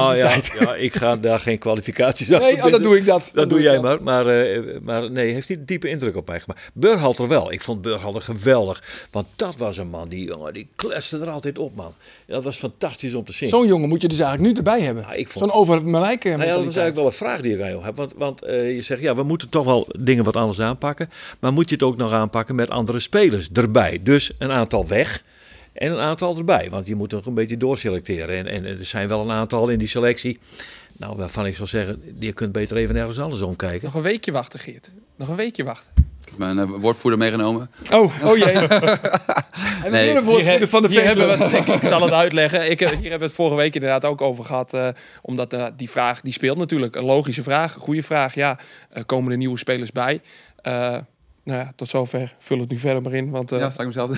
Ik ga daar geen kwalificaties aan. Nee, dat doe ik dat. Dat doe jij maar. Maar nee, heeft hij diepe indruk op mij gemaakt. Berhalter wel. Ik vond Berhalter geweldig. Want dat was een man, die kletste er altijd op, man. Dat was fantastisch om te zien. Zo'n jongen moet je dus eigenlijk nu erbij hebben. Ja, zo'n over-Malijke. Dat is eigenlijk wel een vraag die ik aan jou heb. Want je zegt, we moeten toch wel dingen wat anders aanpakken. Maar moet je het ook nog aanpakken met andere spelers erbij? Dus een aantal weg en een aantal erbij. Want je moet nog een beetje doorselecteren. En er zijn wel een aantal in die selectie. Nou, waarvan ik zou zeggen, je kunt beter even ergens anders omkijken. Nog een weekje wachten, Geert. Nog een weekje wachten. Ik heb mijn woordvoerder meegenomen. Oh jee. Nee, een woordvoerder van de ik zal het uitleggen. Hier hebben we het vorige week inderdaad ook over gehad. Omdat die vraag, die speelt natuurlijk. Een logische vraag, een goede vraag. Ja, komen er nieuwe spelers bij? Tot zover. Vul het nu verder maar in. Want, sta ik mezelf.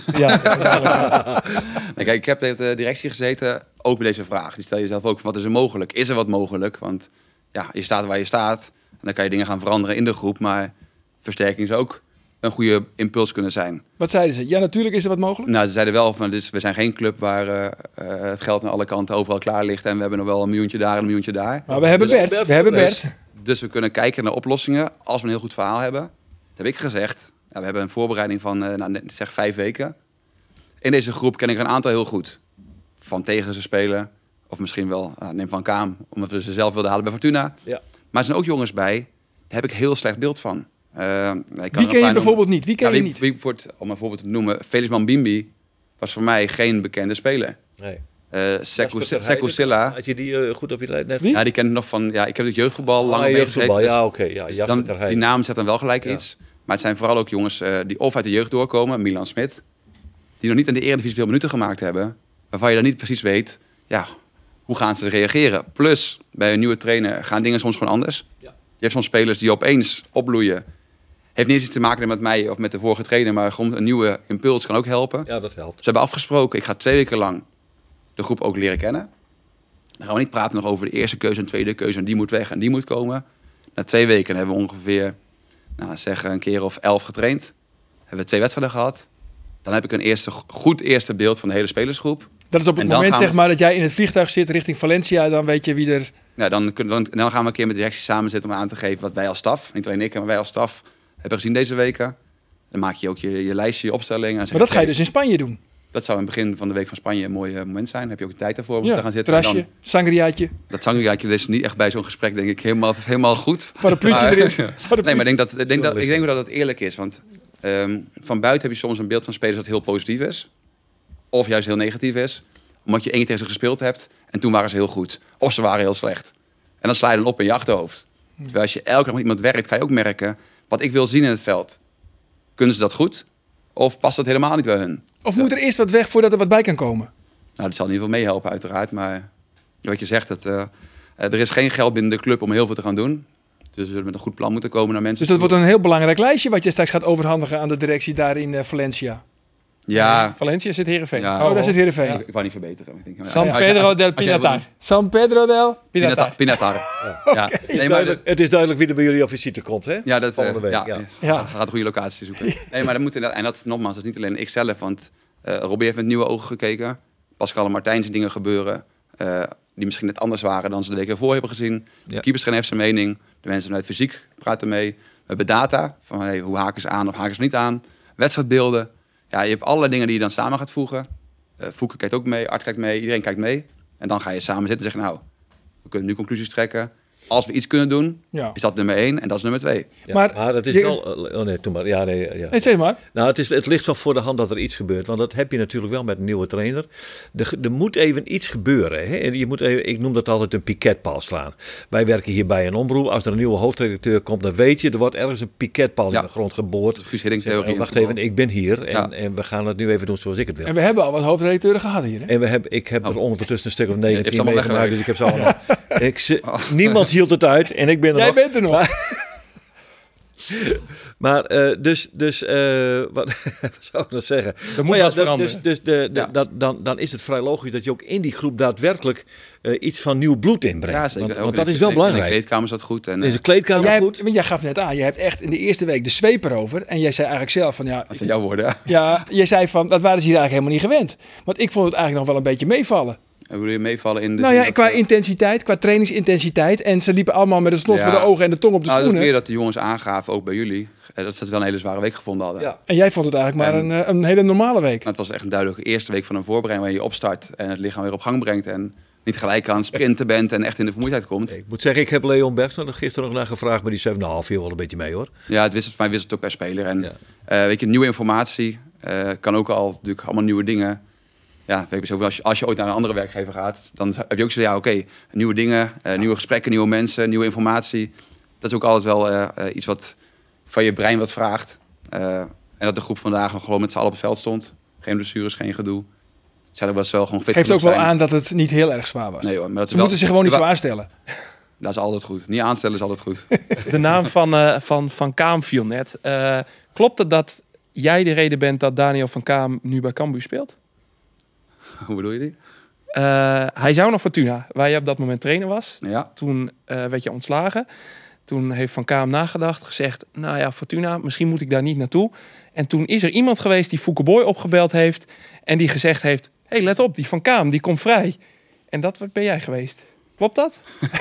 Nee, kijk, ik heb de directie gezeten, ook bij deze vraag. Die stel je zelf ook, wat is er mogelijk? Is er wat mogelijk? Want je staat waar je staat. En dan kan je dingen gaan veranderen in de groep. Maar versterking zou ook een goede impuls kunnen zijn. Wat zeiden ze? Ja, natuurlijk is er wat mogelijk. Nou, ze zeiden wel van, we zijn geen club waar het geld aan alle kanten overal klaar ligt en we hebben nog wel een miljoentje daar en een miljoentje daar. Maar we hebben Bert. Dus we kunnen kijken naar oplossingen als we een heel goed verhaal hebben. Dat heb ik gezegd. We hebben een voorbereiding van, zeg 5 weken. In deze groep ken ik er een aantal heel goed. Van tegen ze spelen, of misschien wel, neem Van Kaam, omdat we ze zelf wilden halen bij Fortuna. Ja. Maar er zijn ook jongens bij, daar heb ik heel slecht beeld van. Wie ken je bijvoorbeeld niet? Wie ken je niet? Om een voorbeeld te noemen, Felisman Bimbi was voor mij geen bekende speler. Nee. Sekou Silla. Had je die goed op je net? Ja, die ken ik nog van. Ja, ik heb het jeugdvoetbal lang meegezeten. Ja, oké. Dus die naam zet dan wel gelijk iets. Maar het zijn vooral ook jongens die of uit de jeugd doorkomen, Milan Smit, die nog niet in de Eredivisie veel minuten gemaakt hebben, waarvan je dan niet precies weet, hoe gaan ze reageren? Plus, bij een nieuwe trainer gaan dingen soms gewoon anders. Ja. Je hebt soms spelers die opeens opbloeien. Heeft niet eens iets te maken met mij of met de vorige trainer, maar gewoon een nieuwe impuls kan ook helpen. Ja, dat helpt. Ze hebben afgesproken, ik ga 2 weken lang de groep ook leren kennen. Dan gaan we niet praten nog over de eerste keuze en tweede keuze en die moet weg en die moet komen. Na 2 weken hebben we ongeveer, een keer of 11 getraind. Hebben we 2 wedstrijden gehad. Dan heb ik een goed eerste beeld van de hele spelersgroep. Dat is op het moment zeg maar dat jij in het vliegtuig zit richting Valencia, dan weet je wie er... Ja, dan gaan we een keer met de directie samen zitten om aan te geven wat wij als staf, niet alleen ik, maar wij als staf hebben gezien deze weken. Dan maak je ook je lijstje, je opstelling. En maar dat ga je dus in Spanje doen? Dat zou in het begin van de week van Spanje een mooi moment zijn. Dan heb je ook de tijd daarvoor om te gaan zitten. Terrasje, sangriaatje. Dat sangriaatje is niet echt bij zo'n gesprek, denk ik, helemaal goed. Parapluutje erin. Nee, maar ik denk dat het eerlijk is. Want van buiten heb je soms een beeld van spelers dat heel positief is. Of juist heel negatief is. Omdat je 1 keer tegen ze gespeeld hebt. En toen waren ze heel goed. Of ze waren heel slecht. En dan sla je dan op in je achterhoofd. Terwijl als je elke dag met iemand werkt, ga je ook merken wat ik wil zien in het veld. Kunnen ze dat goed? Of past dat helemaal niet bij hun? Of moet er eerst wat weg voordat er wat bij kan komen? Nou, dat zal in ieder geval meehelpen uiteraard. Maar wat je zegt, er is geen geld binnen de club om heel veel te gaan doen. Dus we zullen met een goed plan moeten komen naar mensen. Dus dat wordt een heel belangrijk lijstje wat je straks gaat overhandigen aan de directie daar in Valencia. Ja. Valencia zit Heerenveen. Ja. Oh, daar zit Heerenveen. Ik wou niet verbeteren. Ik denk, San Pedro del Pinatar. San Pedro del Pinatar. Pinatar. Ja. Nee, maar Het is duidelijk wie er bij jullie op visite komt, hè? Ja, dat Volgende week, ja. Ja. Gaat een goede locatie zoeken. Nee, maar dat moet inderdaad, en dat nogmaals, dat is niet alleen ik zelf, want Robbie heeft met nieuwe ogen gekeken. Pascal en Martijn zien dingen gebeuren die misschien net anders waren dan ze de week ervoor hebben gezien. De keeperstrainer heeft zijn mening. De mensen vanuit fysiek praten mee. We hebben data van hey, hoe haken ze aan of haken ze niet aan. Wedstrijdbeelden. Ja, je hebt allerlei dingen die je dan samen gaat voegen. Fouke kijkt ook mee, Art kijkt mee, iedereen kijkt mee. En dan ga je samen zitten en zeggen, nou, we kunnen nu conclusies trekken. Als we iets kunnen doen, is dat nummer 1 en dat is nummer 2. Ja, maar het is wel... Oh nee, doe maar. Ja, nee, ja. Nee, zeg maar. Nou, het ligt wel voor de hand dat er iets gebeurt. Want dat heb je natuurlijk wel met een nieuwe trainer. Er moet even iets gebeuren. Hè? Je moet even, ik noem dat altijd een piketpaal slaan. Wij werken hier bij een omroep. Als er een nieuwe hoofdredacteur komt, dan weet je... er wordt ergens een piketpaal in de grond geboord. Wacht even, ik ben hier. En we gaan het nu even doen zoals ik het wil. En we hebben al wat hoofdredacteuren gehad hier. Hè? En ik heb er ondertussen een stuk of 19 meegemaakt. Dus ik heb ze allemaal... Niemand hield het uit en ik ben er Jij nog. bent er nog. Maar wat zou ik nou zeggen? Er moet wat veranderen. Dan is het vrij logisch dat je ook in die groep daadwerkelijk iets van nieuw bloed inbrengt. Ja, zeker. Want dat is wel belangrijk. De kleedkamer is dat goed. En, is de kleedkamer goed? Jij gaf net aan, je hebt echt in de eerste week de zweep erover. En jij zei eigenlijk zelf van ja... Dat zijn jouw woorden. Ja, jij zei van dat waren ze hier eigenlijk helemaal niet gewend. Want ik vond het eigenlijk nog wel een beetje meevallen. En wil je meevallen in de... Nou ja, qua intensiteit, qua trainingsintensiteit. En ze liepen allemaal met een snot voor de ogen en de tong op de schoenen. Dat is meer dat de jongens aangaven, ook bij jullie, dat ze het wel een hele zware week gevonden hadden. Ja. En jij vond het eigenlijk maar een hele normale week. Het was echt een duidelijke eerste week van een voorbereiding waarin je opstart en het lichaam weer op gang brengt. En niet gelijk aan het sprinten bent en echt in de vermoeidheid komt. Ik moet zeggen, ik heb Leon Bergsma er gisteren nog naar gevraagd, maar die 7,5 viel wel een beetje mee hoor. Ja, het wisselt ook per speler. En weet je, nieuwe informatie kan ook al natuurlijk allemaal nieuwe dingen. Ja, weet je, als je ooit naar een andere werkgever gaat, dan heb je ook zo ja, oké, nieuwe dingen, nieuwe gesprekken, nieuwe mensen, nieuwe informatie. Dat is ook altijd wel iets wat van je brein wat vraagt. En dat de groep vandaag nog gewoon met z'n allen op het veld stond. Geen blessures, geen gedoe. Zou wel gewoon fit geeft ook wel zijn. aan dat het niet heel erg zwaar was. Nee, hoor, maar dat ze moeten zich gewoon niet zwaar stellen. Dat is altijd goed. Niet aanstellen is altijd goed. De naam van Kaam viel net. Klopt het dat jij de reden bent dat Daniel van Kaam nu bij Cambuur speelt? Hoe bedoel je die? Hij zou nog Fortuna, waar je op dat moment trainer was. Ja. Toen werd je ontslagen. Toen heeft Van Kaam nagedacht, gezegd... nou ja, Fortuna, misschien moet ik daar niet naartoe. En toen is er iemand geweest die Fouke Boy opgebeld heeft... en die gezegd heeft... hé, let op, die Van Kaam, die komt vrij. En dat ben jij geweest. Klopt dat?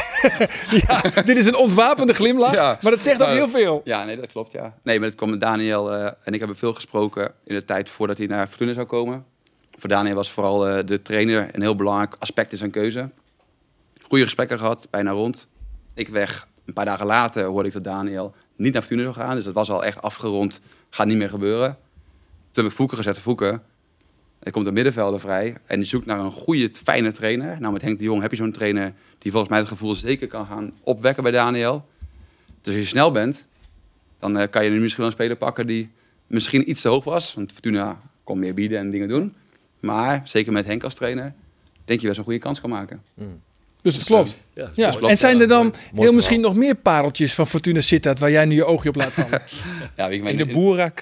Ja, dit is een ontwapende glimlach, maar dat zegt ook heel veel. Ja, nee, dat klopt, ja. Nee, maar het kwam met Daniel en ik hebben veel gesproken... in de tijd voordat hij naar Fortuna zou komen. Voor Daniel was vooral de trainer een heel belangrijk aspect in zijn keuze. Goede gesprekken gehad, bijna rond. Ik weg. Een paar dagen later hoorde ik dat Daniel niet naar Fortuna zou gaan. Dus dat was al echt afgerond. Gaat niet meer gebeuren. Toen heb ik Fouke gezet. Fouke, er komt een middenvelder vrij. En die zoekt naar een goede, fijne trainer. Nou, met Henk de Jong heb je zo'n trainer... die volgens mij het gevoel zeker kan gaan opwekken bij Daniel. Dus als je snel bent... dan kan je nu misschien wel een speler pakken... die misschien iets te hoog was. Want Fortuna kon meer bieden en dingen doen. Maar, zeker met Henk als trainer... denk je wel zo'n goede kans kan maken. Dus het klopt. Ja. Klopt. En zijn er dan mooi misschien nog meer pareltjes van Fortuna Sittard... waar jij nu je oogje op laat vallen? Ja, In de boerak...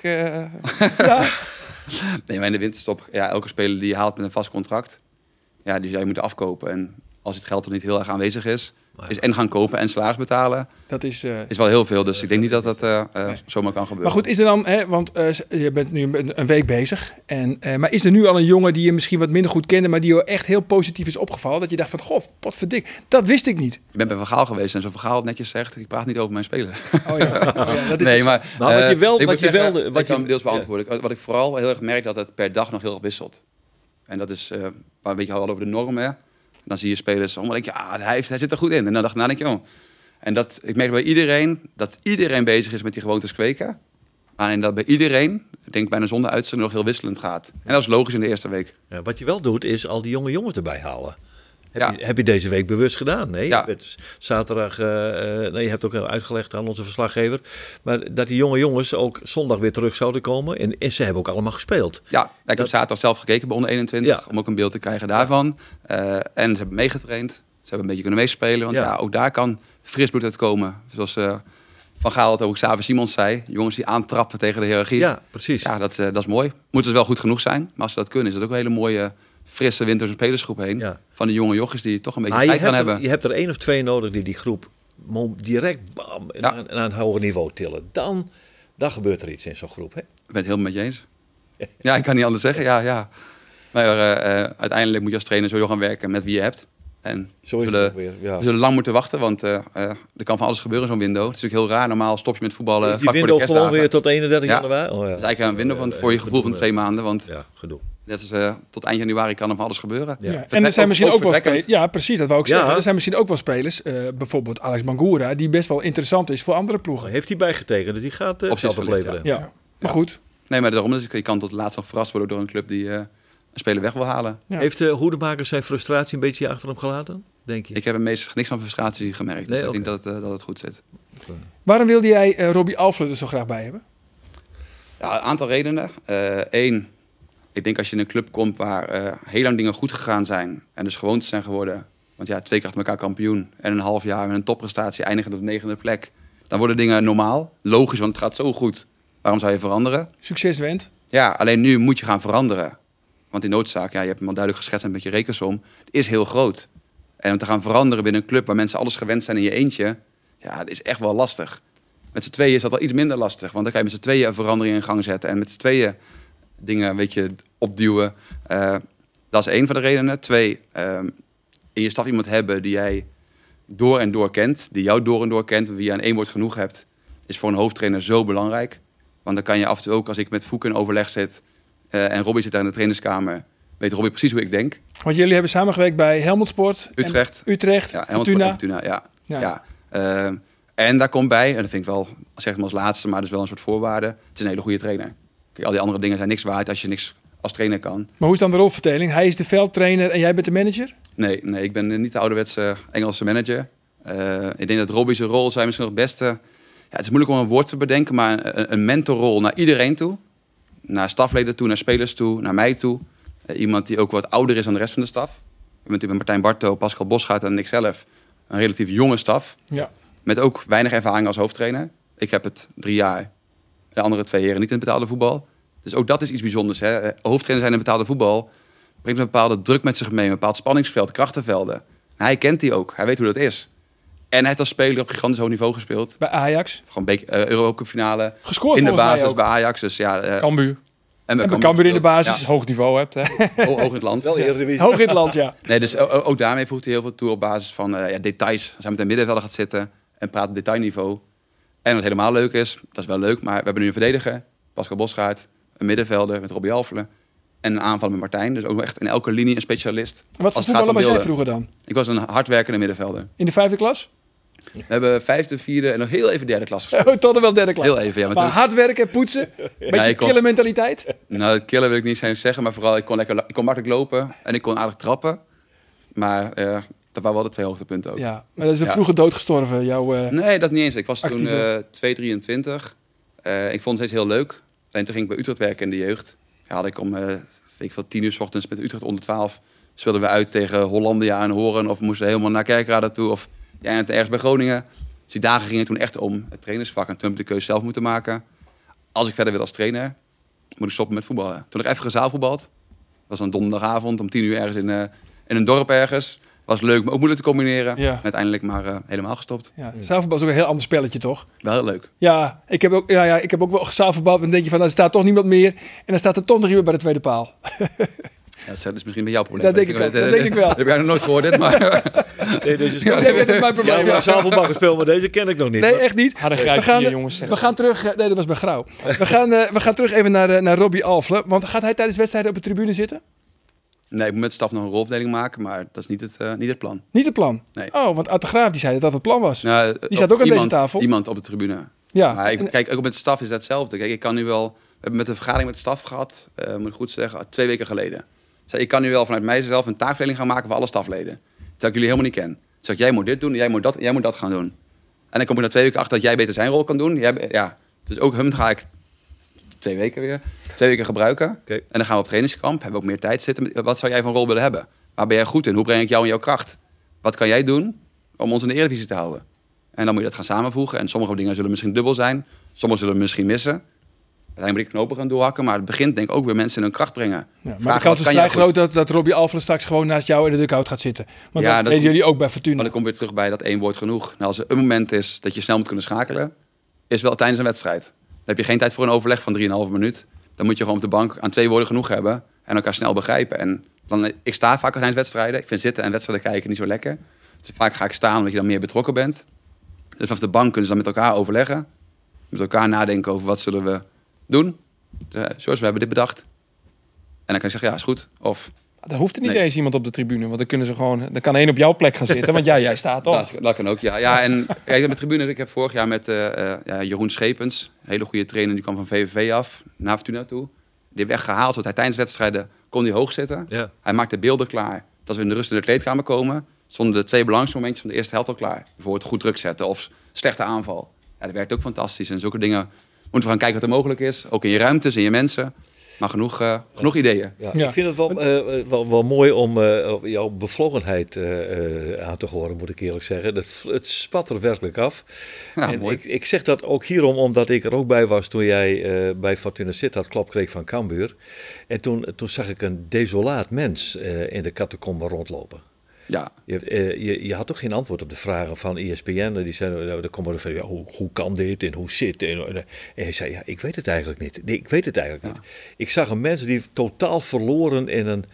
Ja. Nee, maar in de winterstop, ja, elke speler die je haalt met een vast contract, ja, die zou je moeten afkopen. En als het geld er niet heel erg aanwezig is en gaan kopen en salaris betalen, Dat is wel heel veel. Dus ik denk niet dat dat zomaar kan gebeuren. Maar goed, is er dan, want je bent nu een week bezig. Maar is er nu al een jongen die je misschien wat minder goed kende, maar die je echt heel positief is opgevallen? Dat je dacht van, goh, potverdik, dat wist ik niet. Ik ben bij Van Gaal geweest en zo'n Van Gaal netjes zegt, ik praat niet over mijn speler. Oh ja, dat is nee, maar wat je wel, ik kan deels beantwoorden. Wat ik vooral heel erg merk, dat het per dag nog heel erg wisselt. En dat is, een beetje al over de norm, hè. Dan zie je spelers, allemaal denk je, hij zit er goed in. En dan denk je, oh. En ik merk bij iedereen, dat iedereen bezig is met die gewoontes kweken. En dat bij iedereen, ik denk bijna zonder uitzending, nog heel wisselend gaat. En dat is logisch in de eerste week. Ja, wat je wel doet, is al die jonge jongens erbij halen. Heb je deze week bewust gedaan? Nee, ja. Zaterdag, je hebt ook uitgelegd aan onze verslaggever, maar dat die jonge jongens ook zondag weer terug zouden komen. En ze hebben ook allemaal gespeeld. Ja, ik heb zaterdag zelf gekeken bij onder 21, om ook een beeld te krijgen daarvan. En ze hebben meegetraind, ze hebben een beetje kunnen meespelen, want ook daar kan fris bloed uitkomen. Zoals Van Gaal had ook Xavi Simons zei. Jongens die aantrappen tegen de hiërarchie. Ja, precies. Ja, dat is mooi. Moet dus wel goed genoeg zijn. Maar als ze dat kunnen, is dat ook een hele mooie, frisse winterse spelersgroep heen. Ja. Van de jonge jochies die toch een beetje tijd gaan hebben. Je hebt er 1 of 2 nodig die groep direct bam, aan een hoger niveau tillen. Dan gebeurt er iets in zo'n groep. Hè? Ik ben het helemaal met je eens. Ja, ik kan niet anders zeggen. Ja. Maar uiteindelijk moet je als trainer sowieso gaan werken met wie je hebt. En we zullen lang moeten wachten, want er kan van alles gebeuren in zo'n window. Het is natuurlijk heel raar. Normaal stop je met voetballen vlak voor de kerstdagen. Die window gewoon weer tot 31 januari? Oh, ja. Dat is eigenlijk een window voor je gevoel van 2 maanden. Want gedoe. Net als tot eind januari kan er van alles gebeuren. Ja. En er zijn misschien ook wel spelers. Ja, precies, dat wou ik zeggen. Er zijn misschien ook wel spelers, bijvoorbeeld Alex Bangura, die best wel interessant is voor andere ploegen. Heeft hij bijgetekend? Die gaat zelf opleveren. Ja, maar goed. Nee, maar daarom je kan tot laatst nog verrast worden door een club die een speler weg wil halen. Ja. Heeft Hoedemakers zijn frustratie een beetje achter hem gelaten, denk je? Ik heb hem meestal niks van frustratie gemerkt. Dus ik denk dat het goed zit. Okay. Waarom wilde jij Robbie Alfle er zo graag bij hebben? Ja, een aantal redenen. 1, ik denk als je in een club komt waar heel lang dingen goed gegaan zijn en dus gewoontes zijn geworden. Want 2 keer achter elkaar kampioen en een half jaar met een topprestatie eindigen op de 9e plek. Dan worden dingen normaal. Logisch, want het gaat zo goed. Waarom zou je veranderen? Succes went. Ja, alleen nu moet je gaan veranderen. Want die noodzaak, je hebt hem al duidelijk geschetst met je rekensom, is heel groot. En om te gaan veranderen binnen een club waar mensen alles gewend zijn in je eentje, dat is echt wel lastig. Met z'n tweeën is dat wel iets minder lastig. Want dan kan je met z'n tweeën een verandering in gang zetten. En met z'n tweeën dingen opduwen. Dat is 1 van de redenen. 2, in je staf iemand hebben die jij door en door kent. Die jou door en door kent. Wie je aan 1 woord genoeg hebt. Is voor een hoofdtrainer zo belangrijk. Want dan kan je af en toe ook, als ik met Fouke in overleg zit en Robbie zit daar in de trainerskamer, weet Robbie precies hoe ik denk. Want jullie hebben samengewerkt bij Helmond Sport. Utrecht, ja, Fortuna. Ja. En daar komt bij, en dat vind ik wel, zeg maar als laatste, maar dat is wel een soort voorwaarde. Het is een hele goede trainer. Kijk, al die andere dingen zijn niks waard als je niks als trainer kan. Maar hoe is dan de rolverdeling? Hij is de veldtrainer en jij bent de manager? Nee, ik ben niet de ouderwetse Engelse manager. Ik denk dat Robbie zijn rol zijn misschien nog het beste. Ja, het is moeilijk om een woord te bedenken, maar een mentorrol naar iedereen toe. Naar stafleden toe, naar spelers toe, naar mij toe. Iemand die ook wat ouder is dan de rest van de staf. We hebben met Martijn Barto, Pascal Bosgaard en ikzelf een relatief jonge staf. Ja. Met ook weinig ervaring als hoofdtrainer. Ik heb het 3 jaar. De andere 2 heren niet in het betaalde voetbal. Dus ook dat is iets bijzonders. Hè? Hoofdtrainer zijn in het betaalde voetbal brengt een bepaalde druk met zich mee. Een bepaald spanningsveld, krachtenvelden. En hij kent die ook. Hij weet hoe dat is. En hij heeft als speler op gigantisch hoog niveau gespeeld. Bij Ajax. Gewoon Eurocup finale. Gescoord in de basis bij Ajax. Dus Cambuur. En bij Cambuur in de basis. Ja. Hoog niveau hebt. Hè? Hoog in het land. Hoog in het land, ja. Nee, dus ook daarmee voegt hij heel veel toe op basis van details. Als hij met een middenvelder gaat zitten en praat op detailniveau. En wat helemaal leuk is, dat is wel leuk, maar we hebben nu een verdediger. Pascal Bosgaard. Een middenvelder met Robbie Alfle. En een aanval met Martijn. Dus ook echt in elke linie een specialist. En wat voor voetballer was jij vroeger dan? Ik was een hardwerkende middenvelder. In de 5e klas? We hebben 5e, 4e en nog heel even 3e klas gespeeld. Tot en wel 3e klas. Heel even, ja. Maar hard werken, poetsen, beetje kille mentaliteit? Nou, het killen wil ik niet eens zeggen, maar vooral ik kon makkelijk lopen en ik kon aardig trappen. Maar dat waren wel de 2 hoogtepunten ook. Ja, maar dat is een vroege dood gestorven, jouw Nee, dat niet eens. Ik was toen 2,23. Ik vond het steeds heel leuk. En toen ging ik bij Utrecht werken in de jeugd. Ja, had ik om 10 uur 's ochtends met Utrecht onder 12. Speelden we uit tegen Hollandia en Horen. Of we moesten helemaal naar Kerkrade toe. Of ergens bij Groningen. Dus die dagen gingen toen echt om het trainersvak. En toen heb ik de keuze zelf moeten maken. Als ik verder wil als trainer, moet ik stoppen met voetballen. Toen ik even gezaalvoetbald. Dat was een donderdagavond om 10 uur ergens in een dorp ergens. Was leuk, maar ook moeilijk te combineren. Ja. Uiteindelijk maar helemaal gestopt. Ja. Zaalvoetbal is ook een heel ander spelletje, toch? Wel heel leuk. Ja, ik heb ook wel zaalvoetbal. Dan denk je van, er staat toch niemand meer. En dan staat er toch nog iemand bij de tweede paal. Ja, dat is misschien bij jouw probleem. Dat denk ik wel. Dat heb jij nog nooit gehoord, maar... Nee, deze is mijn probleem. Ja, zaalvoetbal gespeeld, maar deze ken ik nog niet. Nee, echt niet. We gaan terug... Nee, dat was bij Grauw. We gaan terug even naar Robbie Alfle. Want gaat hij tijdens wedstrijden op de tribune zitten? Nee, ik moet met de staf nog een rolverdeling maken, maar dat is niet het plan. Niet het plan? Nee. Oh, want Art de Graaf die zei dat het plan was. Nou, die zat ook aan deze tafel. Iemand op de tribune. Ja. Maar kijk, ook met de staf is dat hetzelfde. Kijk, ik kan nu wel... We hebben met een vergadering met de staf gehad, moet ik goed zeggen, 2 weken geleden. Ik kan nu wel vanuit mijzelf een taakverdeling gaan maken voor alle stafleden. Terwijl ik jullie helemaal niet ken. Zeg, jij moet dit doen, jij moet dat gaan doen. En dan kom ik na 2 weken achter dat jij beter zijn rol kan doen. Dus ook hem ga ik 2 weken gebruiken. Okay. En dan gaan we op trainingskamp, hebben we ook meer tijd zitten. Wat zou jij van rol willen hebben? Waar ben jij goed in? Hoe breng ik jou in jouw kracht? Wat kan jij doen om ons in de Eredivisie te houden? En dan moet je dat gaan samenvoegen. En sommige dingen zullen misschien dubbel zijn. Sommige zullen misschien missen. Uiteindelijk moet ik knopen gaan doorhakken. Maar het begint denk ik ook weer mensen in hun kracht brengen. Ja, maar de kans is vrij groot dat Robbie Alphen straks gewoon naast jou in de dugout gaat zitten. Want dat deden jullie ook bij Fortuna. Maar dan kom weer terug bij dat 1 woord genoeg. Nou, als er een moment is dat je snel moet kunnen schakelen, is wel tijdens een wedstrijd. Dan heb je geen tijd voor een overleg van 3,5 minuut. Dan moet je gewoon op de bank aan 2 woorden genoeg hebben en elkaar snel begrijpen. En dan, ik sta vaak tijdens wedstrijden. Ik vind zitten en wedstrijden kijken niet zo lekker. Dus vaak ga ik staan omdat je dan meer betrokken bent. Dus vanaf de bank kunnen ze dan met elkaar overleggen. Met elkaar nadenken over wat zullen we doen. Zoals we hebben dit bedacht. En dan kan je zeggen, ja, is goed. Of dan hoeft er niet eens iemand op de tribune. Want dan kunnen ze gewoon. Dan kan één op jouw plek gaan zitten. Want jij staat op. Dat kan ook, ja. Ja, en kijk, met tribune. Ik heb vorig jaar met Jeroen Schepens, een hele goede trainer, die kwam van VVV af naar Fortuna toe. Die werd weggehaald, zodat hij tijdens wedstrijden kon hij hoog zitten. Ja. Hij maakte beelden klaar. Dat we in de rust in de kleedkamer komen, stonden de 2 belangrijkste momentjes van de eerste helft al klaar. Bijvoorbeeld goed druk zetten of slechte aanval. Ja, dat werkt ook fantastisch. En zulke dingen moeten we gaan kijken wat er mogelijk is. Ook in je ruimtes, in je mensen. Maar genoeg ideeën. Ja. Ik vind het wel mooi om jouw bevlogenheid aan te horen, moet ik eerlijk zeggen. Het spat er werkelijk af. Ja, en mooi. ik zeg dat ook hierom, omdat ik er ook bij was toen jij bij Fortuna Sittard klap kreeg van Cambuur. En toen zag ik een desolaat mens in de catacomben rondlopen. Ja. Je had toch geen antwoord op de vragen van ESPN. Die zeiden, dan komen er van, hoe kan dit en hoe zit en hij zei, ja, ik weet het eigenlijk niet. Nee, ik weet het eigenlijk niet. Ik zag een mens die totaal verloren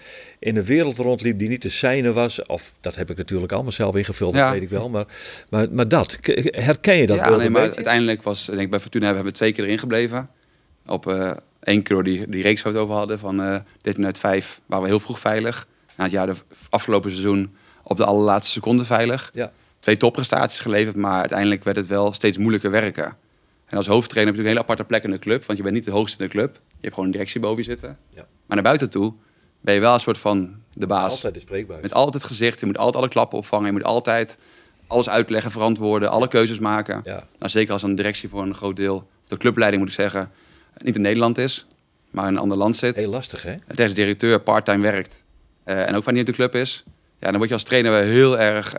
in een wereld rondliep die niet te zijne was. Of dat heb ik natuurlijk allemaal zelf ingevuld, dat weet ik wel. Maar dat, herken je dat? Ja, nee, maar uiteindelijk was, denk ik, bij Fortuna hebben we 2 keer erin gebleven. Op 1 keer door die reeks waar we het over hadden van 13 uit 5 waren we heel vroeg veilig. Na het jaar de afgelopen seizoen op de allerlaatste seconde veilig. Ja. 2 topprestaties geleverd, maar uiteindelijk werd het wel steeds moeilijker werken. En als hoofdtrainer heb je natuurlijk een hele aparte plek in de club, want je bent niet de hoogste in de club. Je hebt gewoon een directie boven je zitten. Ja. Maar naar buiten toe ben je wel een soort van de baas. Altijd de spreekbuis. Met altijd gezicht, je moet altijd alle klappen opvangen, je moet altijd alles uitleggen, verantwoorden, alle keuzes maken. Ja. Nou, zeker als een directie voor een groot deel, of de clubleiding moet ik zeggen, niet in Nederland is, maar in een ander land zit. Heel lastig, hè? En als directeur parttime werkt. En ook waar niet op de club is. Ja, dan word je als trainer wel heel erg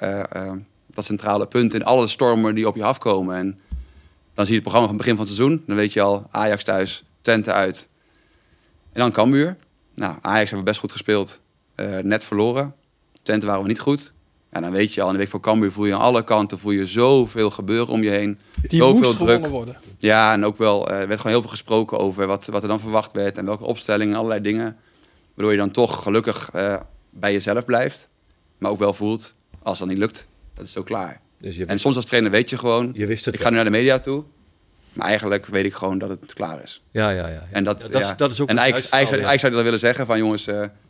dat centrale punt in alle stormen die op je afkomen. En dan zie je het programma van het begin van het seizoen. Dan weet je al, Ajax thuis, Twente uit. En dan Cambuur. Nou, Ajax hebben we best goed gespeeld. Net verloren. Twente waren we niet goed. Ja, dan weet je al, in de week voor Cambuur voel je aan alle kanten zoveel gebeuren om je heen. Die moest gewonnen worden. Ja, en ook wel, er werd gewoon heel veel gesproken over wat er dan verwacht werd. En welke opstellingen en allerlei dingen. Waardoor je dan toch gelukkig bij jezelf blijft. Maar ook wel voelt, als dat niet lukt, dat is zo klaar. Dus en soms als trainer weet je gewoon, ik ga nu naar de media toe. Maar eigenlijk weet ik gewoon dat het klaar is. Ja. En dat is ook en eigenlijk zou je dat willen zeggen van jongens...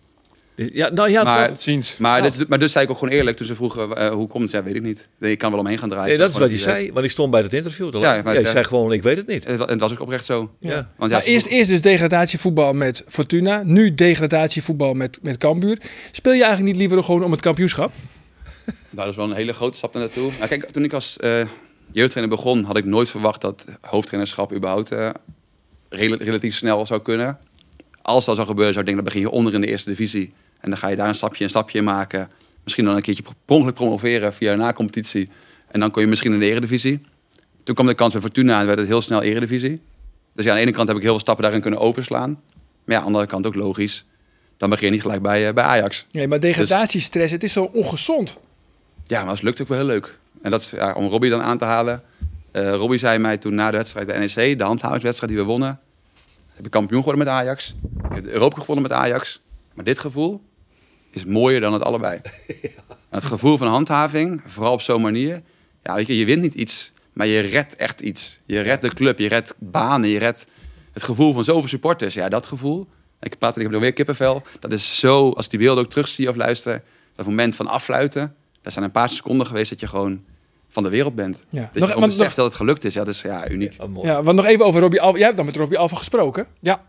Maar dus zei ik ook gewoon eerlijk toen ze vroegen hoe komt het? Ja, weet ik niet. Ik kan wel omheen gaan draaien. Nee, dat is wat je zei, want ik stond bij het interview. Je zei gewoon, ik weet het niet. En dat was ook oprecht zo. Ja. Want maar eerst dus degradatievoetbal met Fortuna, nu degradatievoetbal met Cambuur. Speel je eigenlijk niet liever gewoon om het kampioenschap? Nou, dat is wel een hele grote stap naartoe. Nou, kijk, toen ik als jeugdtrainer begon, had ik nooit verwacht dat hoofdtrainerschap überhaupt relatief snel zou kunnen. Als dat zou gebeuren, zou ik denken, dan begin je onder in de eerste divisie. En dan ga je daar een stapje in maken. Misschien dan een keertje per ongeluk promoveren via een na-competitie. En dan kon je misschien in de eredivisie. Toen kwam de kans bij Fortuna en werd het heel snel eredivisie. Dus ja, aan de ene kant heb ik heel veel stappen daarin kunnen overslaan. Maar ja, aan de andere kant ook logisch. Dan begin je niet gelijk bij Ajax. Nee, maar degradatiestress, het is zo ongezond. Ja, maar het lukt ook wel heel leuk. En dat is, om Robbie dan aan te halen. Robbie zei mij toen na de wedstrijd bij NEC, de handhavingswedstrijd die we wonnen. Heb ik kampioen geworden met Ajax. Ik heb de Europa gewonnen met Ajax. Maar dit gevoel is mooier dan het allebei. Het gevoel van handhaving, vooral op zo'n manier. Ja, weet je wint niet iets, maar je redt echt iets. Je redt de club, je redt banen, je redt het gevoel van zoveel supporters. Ja, dat gevoel. Ik heb nog weer kippenvel. Dat is zo, als ik die beelden ook terugzie of luister, dat moment van affluiten. Dat zijn een paar seconden geweest dat je gewoon van de wereld bent. Ja. Dat je gewoon beseft dat het gelukt is. Ja, dat is uniek. Ja, want nog even over Robbie Alphen. Jij hebt dan met Robbie Alphen gesproken. Ja.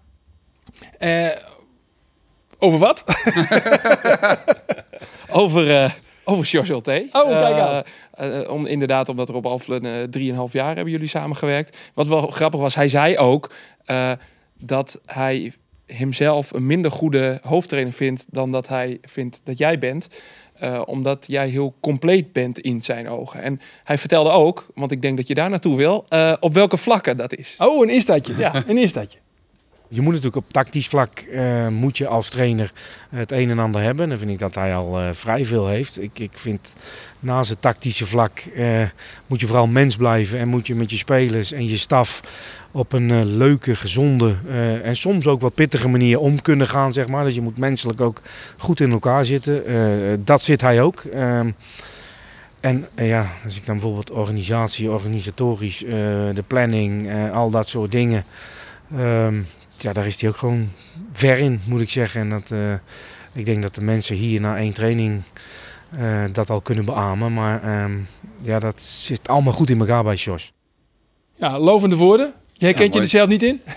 Over wat? Over George Ulte. Oh, kijk aan. Omdat Rob Alphen 3,5 jaar hebben jullie samengewerkt. Wat wel grappig was, hij zei ook dat hij hemzelf een minder goede hoofdtrainer vindt dan dat hij vindt dat jij bent. omdat jij heel compleet bent in zijn ogen. En hij vertelde ook, want ik denk dat je daar naartoe wil, op welke vlakken dat is. Oh, een instaatje. Ja, een instaatje. Je moet natuurlijk op tactisch vlak moet je als trainer het een en ander hebben. Dan vind ik dat hij al vrij veel heeft. Ik vind naast het tactische vlak moet je vooral mens blijven. En moet je met je spelers en je staf op een leuke, gezonde en soms ook wat pittige manier om kunnen gaan. Zeg maar. Dus je moet menselijk ook goed in elkaar zitten. Dat zit hij ook. En als ik dan bijvoorbeeld organisatorisch, de planning, al dat soort dingen... daar is hij ook gewoon ver in, moet ik zeggen. En ik denk dat de mensen hier na 1 training dat al kunnen beamen. Maar dat zit allemaal goed in elkaar bij Jos. Ja, lovende woorden. Je herkent je er zelf niet in?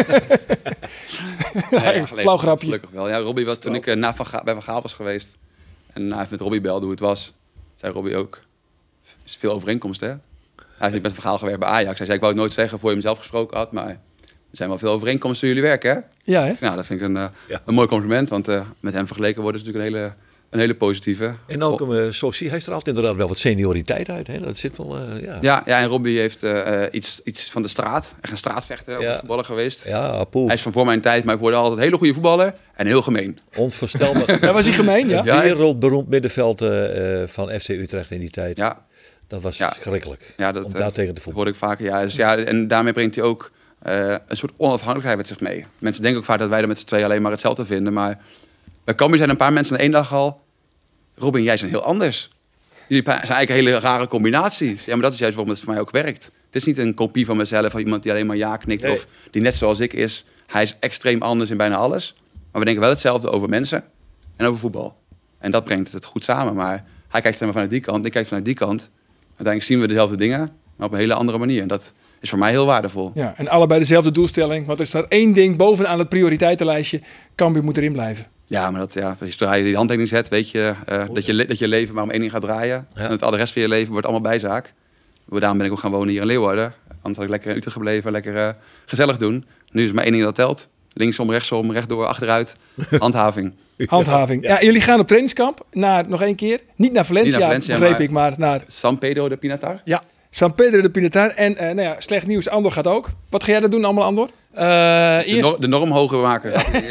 Flauw grapje. Gelukkig wel. Ja, Robbie was toen ik bij Van Gaal was geweest. En na even met Robbie belde hoe het was. Zei Robbie ook, er is veel overeenkomst, hè? Hij heeft met Van Gaal gewerkt bij Ajax. Hij zei, ik wou het nooit zeggen voor je hem zelf gesproken had, maar... Er zijn wel veel overeenkomsten jullie werken, hè? Ja, hè? Nou, dat vind ik een mooi compliment. Want met hem vergeleken worden is natuurlijk een hele positieve. En ook, hij straalt inderdaad wel wat senioriteit uit. Hè? Dat zit wel, Ja, en Robbie heeft iets van de straat. Echt een straatvechter, ook voetballer geweest. Ja, poeh. Hij is van voor mijn tijd, maar ik word altijd een hele goede voetballer. En heel gemeen. Onvoorstelbaar. Ja, was hij gemeen, ja? Wereldberoemd middenveld van FC Utrecht in die tijd. Ja. Dat was schrikkelijk. Ja, om daar tegen te voetballen. Dat hoorde ik vaker. Ja, dus en daarmee brengt hij ook... een soort onafhankelijkheid met zich mee. Mensen denken ook vaak dat wij er met z'n tweeën alleen maar hetzelfde vinden. Maar bij Cambuur zijn een paar mensen na 1 dag al... Robin, jij zijn heel anders. Jullie zijn eigenlijk een hele rare combinaties. Ja, maar dat is juist waarom het voor mij ook werkt. Het is niet een kopie van mezelf... van iemand die alleen maar ja knikt... of die net zoals ik is. Hij is extreem anders in bijna alles. Maar we denken wel hetzelfde over mensen... en over voetbal. En dat brengt het goed samen. Maar hij kijkt er maar vanuit die kant... ik kijk vanuit die kant. Uiteindelijk zien we dezelfde dingen... maar op een hele andere manier. En dat... is voor mij heel waardevol. Ja, en allebei dezelfde doelstelling. Want er staat 1 ding bovenaan het prioriteitenlijstje. Cambuur moet erin blijven. Ja, maar zodra je die handtekening zet, weet je dat je leven maar om 1 ding gaat draaien. Ja. En het de rest van je leven wordt allemaal bijzaak. Daarom ben ik ook gaan wonen hier in Leeuwarden. Anders had ik lekker in Utrecht gebleven, lekker gezellig doen. Nu is het maar 1 ding dat telt. Linksom, rechtsom, rechtdoor, achteruit. Handhaving. Handhaving. Ja, jullie gaan op trainingskamp naar, nog 1 keer, niet naar Valencia, begreep ik, maar naar... San Pedro de Pinatar. Ja. San Pedro de Pinatar. En slecht nieuws, Andor gaat ook. Wat ga jij dat doen allemaal, Andor? Eerst... de norm hoger maken.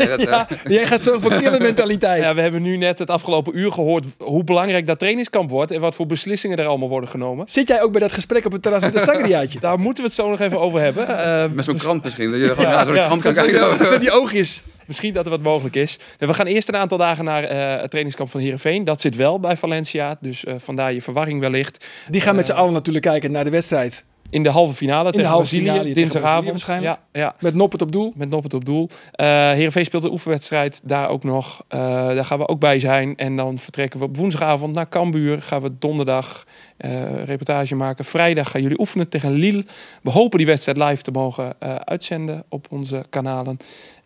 Jij gaat zo voor killermentaliteit. Ja, we hebben nu net het afgelopen uur gehoord hoe belangrijk dat trainingskamp wordt en wat voor beslissingen er allemaal worden genomen. Zit jij ook bij dat gesprek op het terras met een sangriaatje? Daar moeten we het zo nog even over hebben. Met zo'n krant misschien. Dat je door de krant kan kijken. Met die oogjes. Misschien dat er wat mogelijk is. We gaan eerst een aantal dagen naar het trainingskamp van Heerenveen. Dat zit wel bij Valencia, dus vandaar je verwarring wellicht. Die gaan met z'n allen natuurlijk kijken naar de wedstrijd. In de halve finale tegen Brazilië, dinsdagavond. Waarschijnlijk. Ja. Met Noppert op doel. Met Noppert op doel. Heerenveen speelt de oefenwedstrijd daar ook nog. Daar gaan we ook bij zijn. En dan vertrekken we op woensdagavond naar Cambuur. Gaan we donderdag reportage maken. Vrijdag gaan jullie oefenen tegen Lille. We hopen die wedstrijd live te mogen uitzenden op onze kanalen.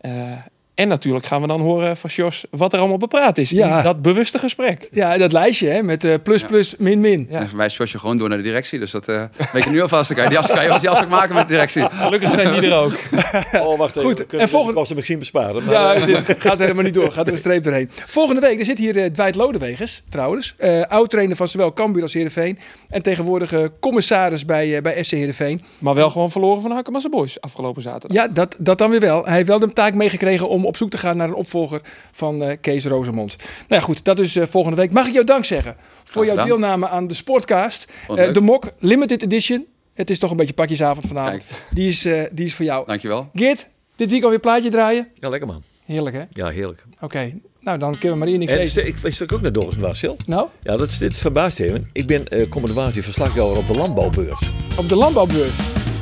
En natuurlijk gaan we dan horen van Jos wat er allemaal bepraat is in dat bewuste gesprek. Ja, dat lijstje hè, met plus, min. Ja. En voor mij is Josje gewoon door naar de directie. Dus dat weet je nu alvast. Dan kan je die afspraak maken met de directie. Gelukkig zijn die er ook. Oh, wacht even. Goed. En volgende kosten misschien besparen. Maar... Ja, dit gaat helemaal niet door. Gaat er een streep doorheen. Volgende week, er zit hier Dwight Lodewegers trouwens. Oud-trainer van zowel Cambuur als Heerenveen. En tegenwoordig commissaris bij SC Heerenveen. Maar wel gewoon verloren van Hakemassa Boys afgelopen zaterdag. Ja, dat dan weer wel. Hij heeft wel de taak meegekregen om op zoek te gaan naar een opvolger van Kees Rozemond. Nou ja, goed, dat is volgende week. Mag ik jou dank zeggen voor jouw deelname aan de Sportcast. De Mok Limited Edition. Het is toch een beetje pakjesavond vanavond. Die is voor jou. Dankjewel. Geert, dit week alweer plaatje draaien? Ja, lekker man. Heerlijk hè? Ja, heerlijk. Oké, nou dan kunnen we maar hier niks lezen. Ik wist dat ik ook naar Dorst was, Sil. Nou? Ja, dit verbaast even. Ik ben communicatie-verslagjouwer op de landbouwbeurs. Op de landbouwbeurs?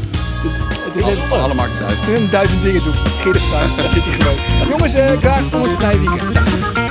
Alle markten uit. 1000 dingen doen. Geert Stuin, daar zit hij gewoon. Jongens, graag tot het blij weekend.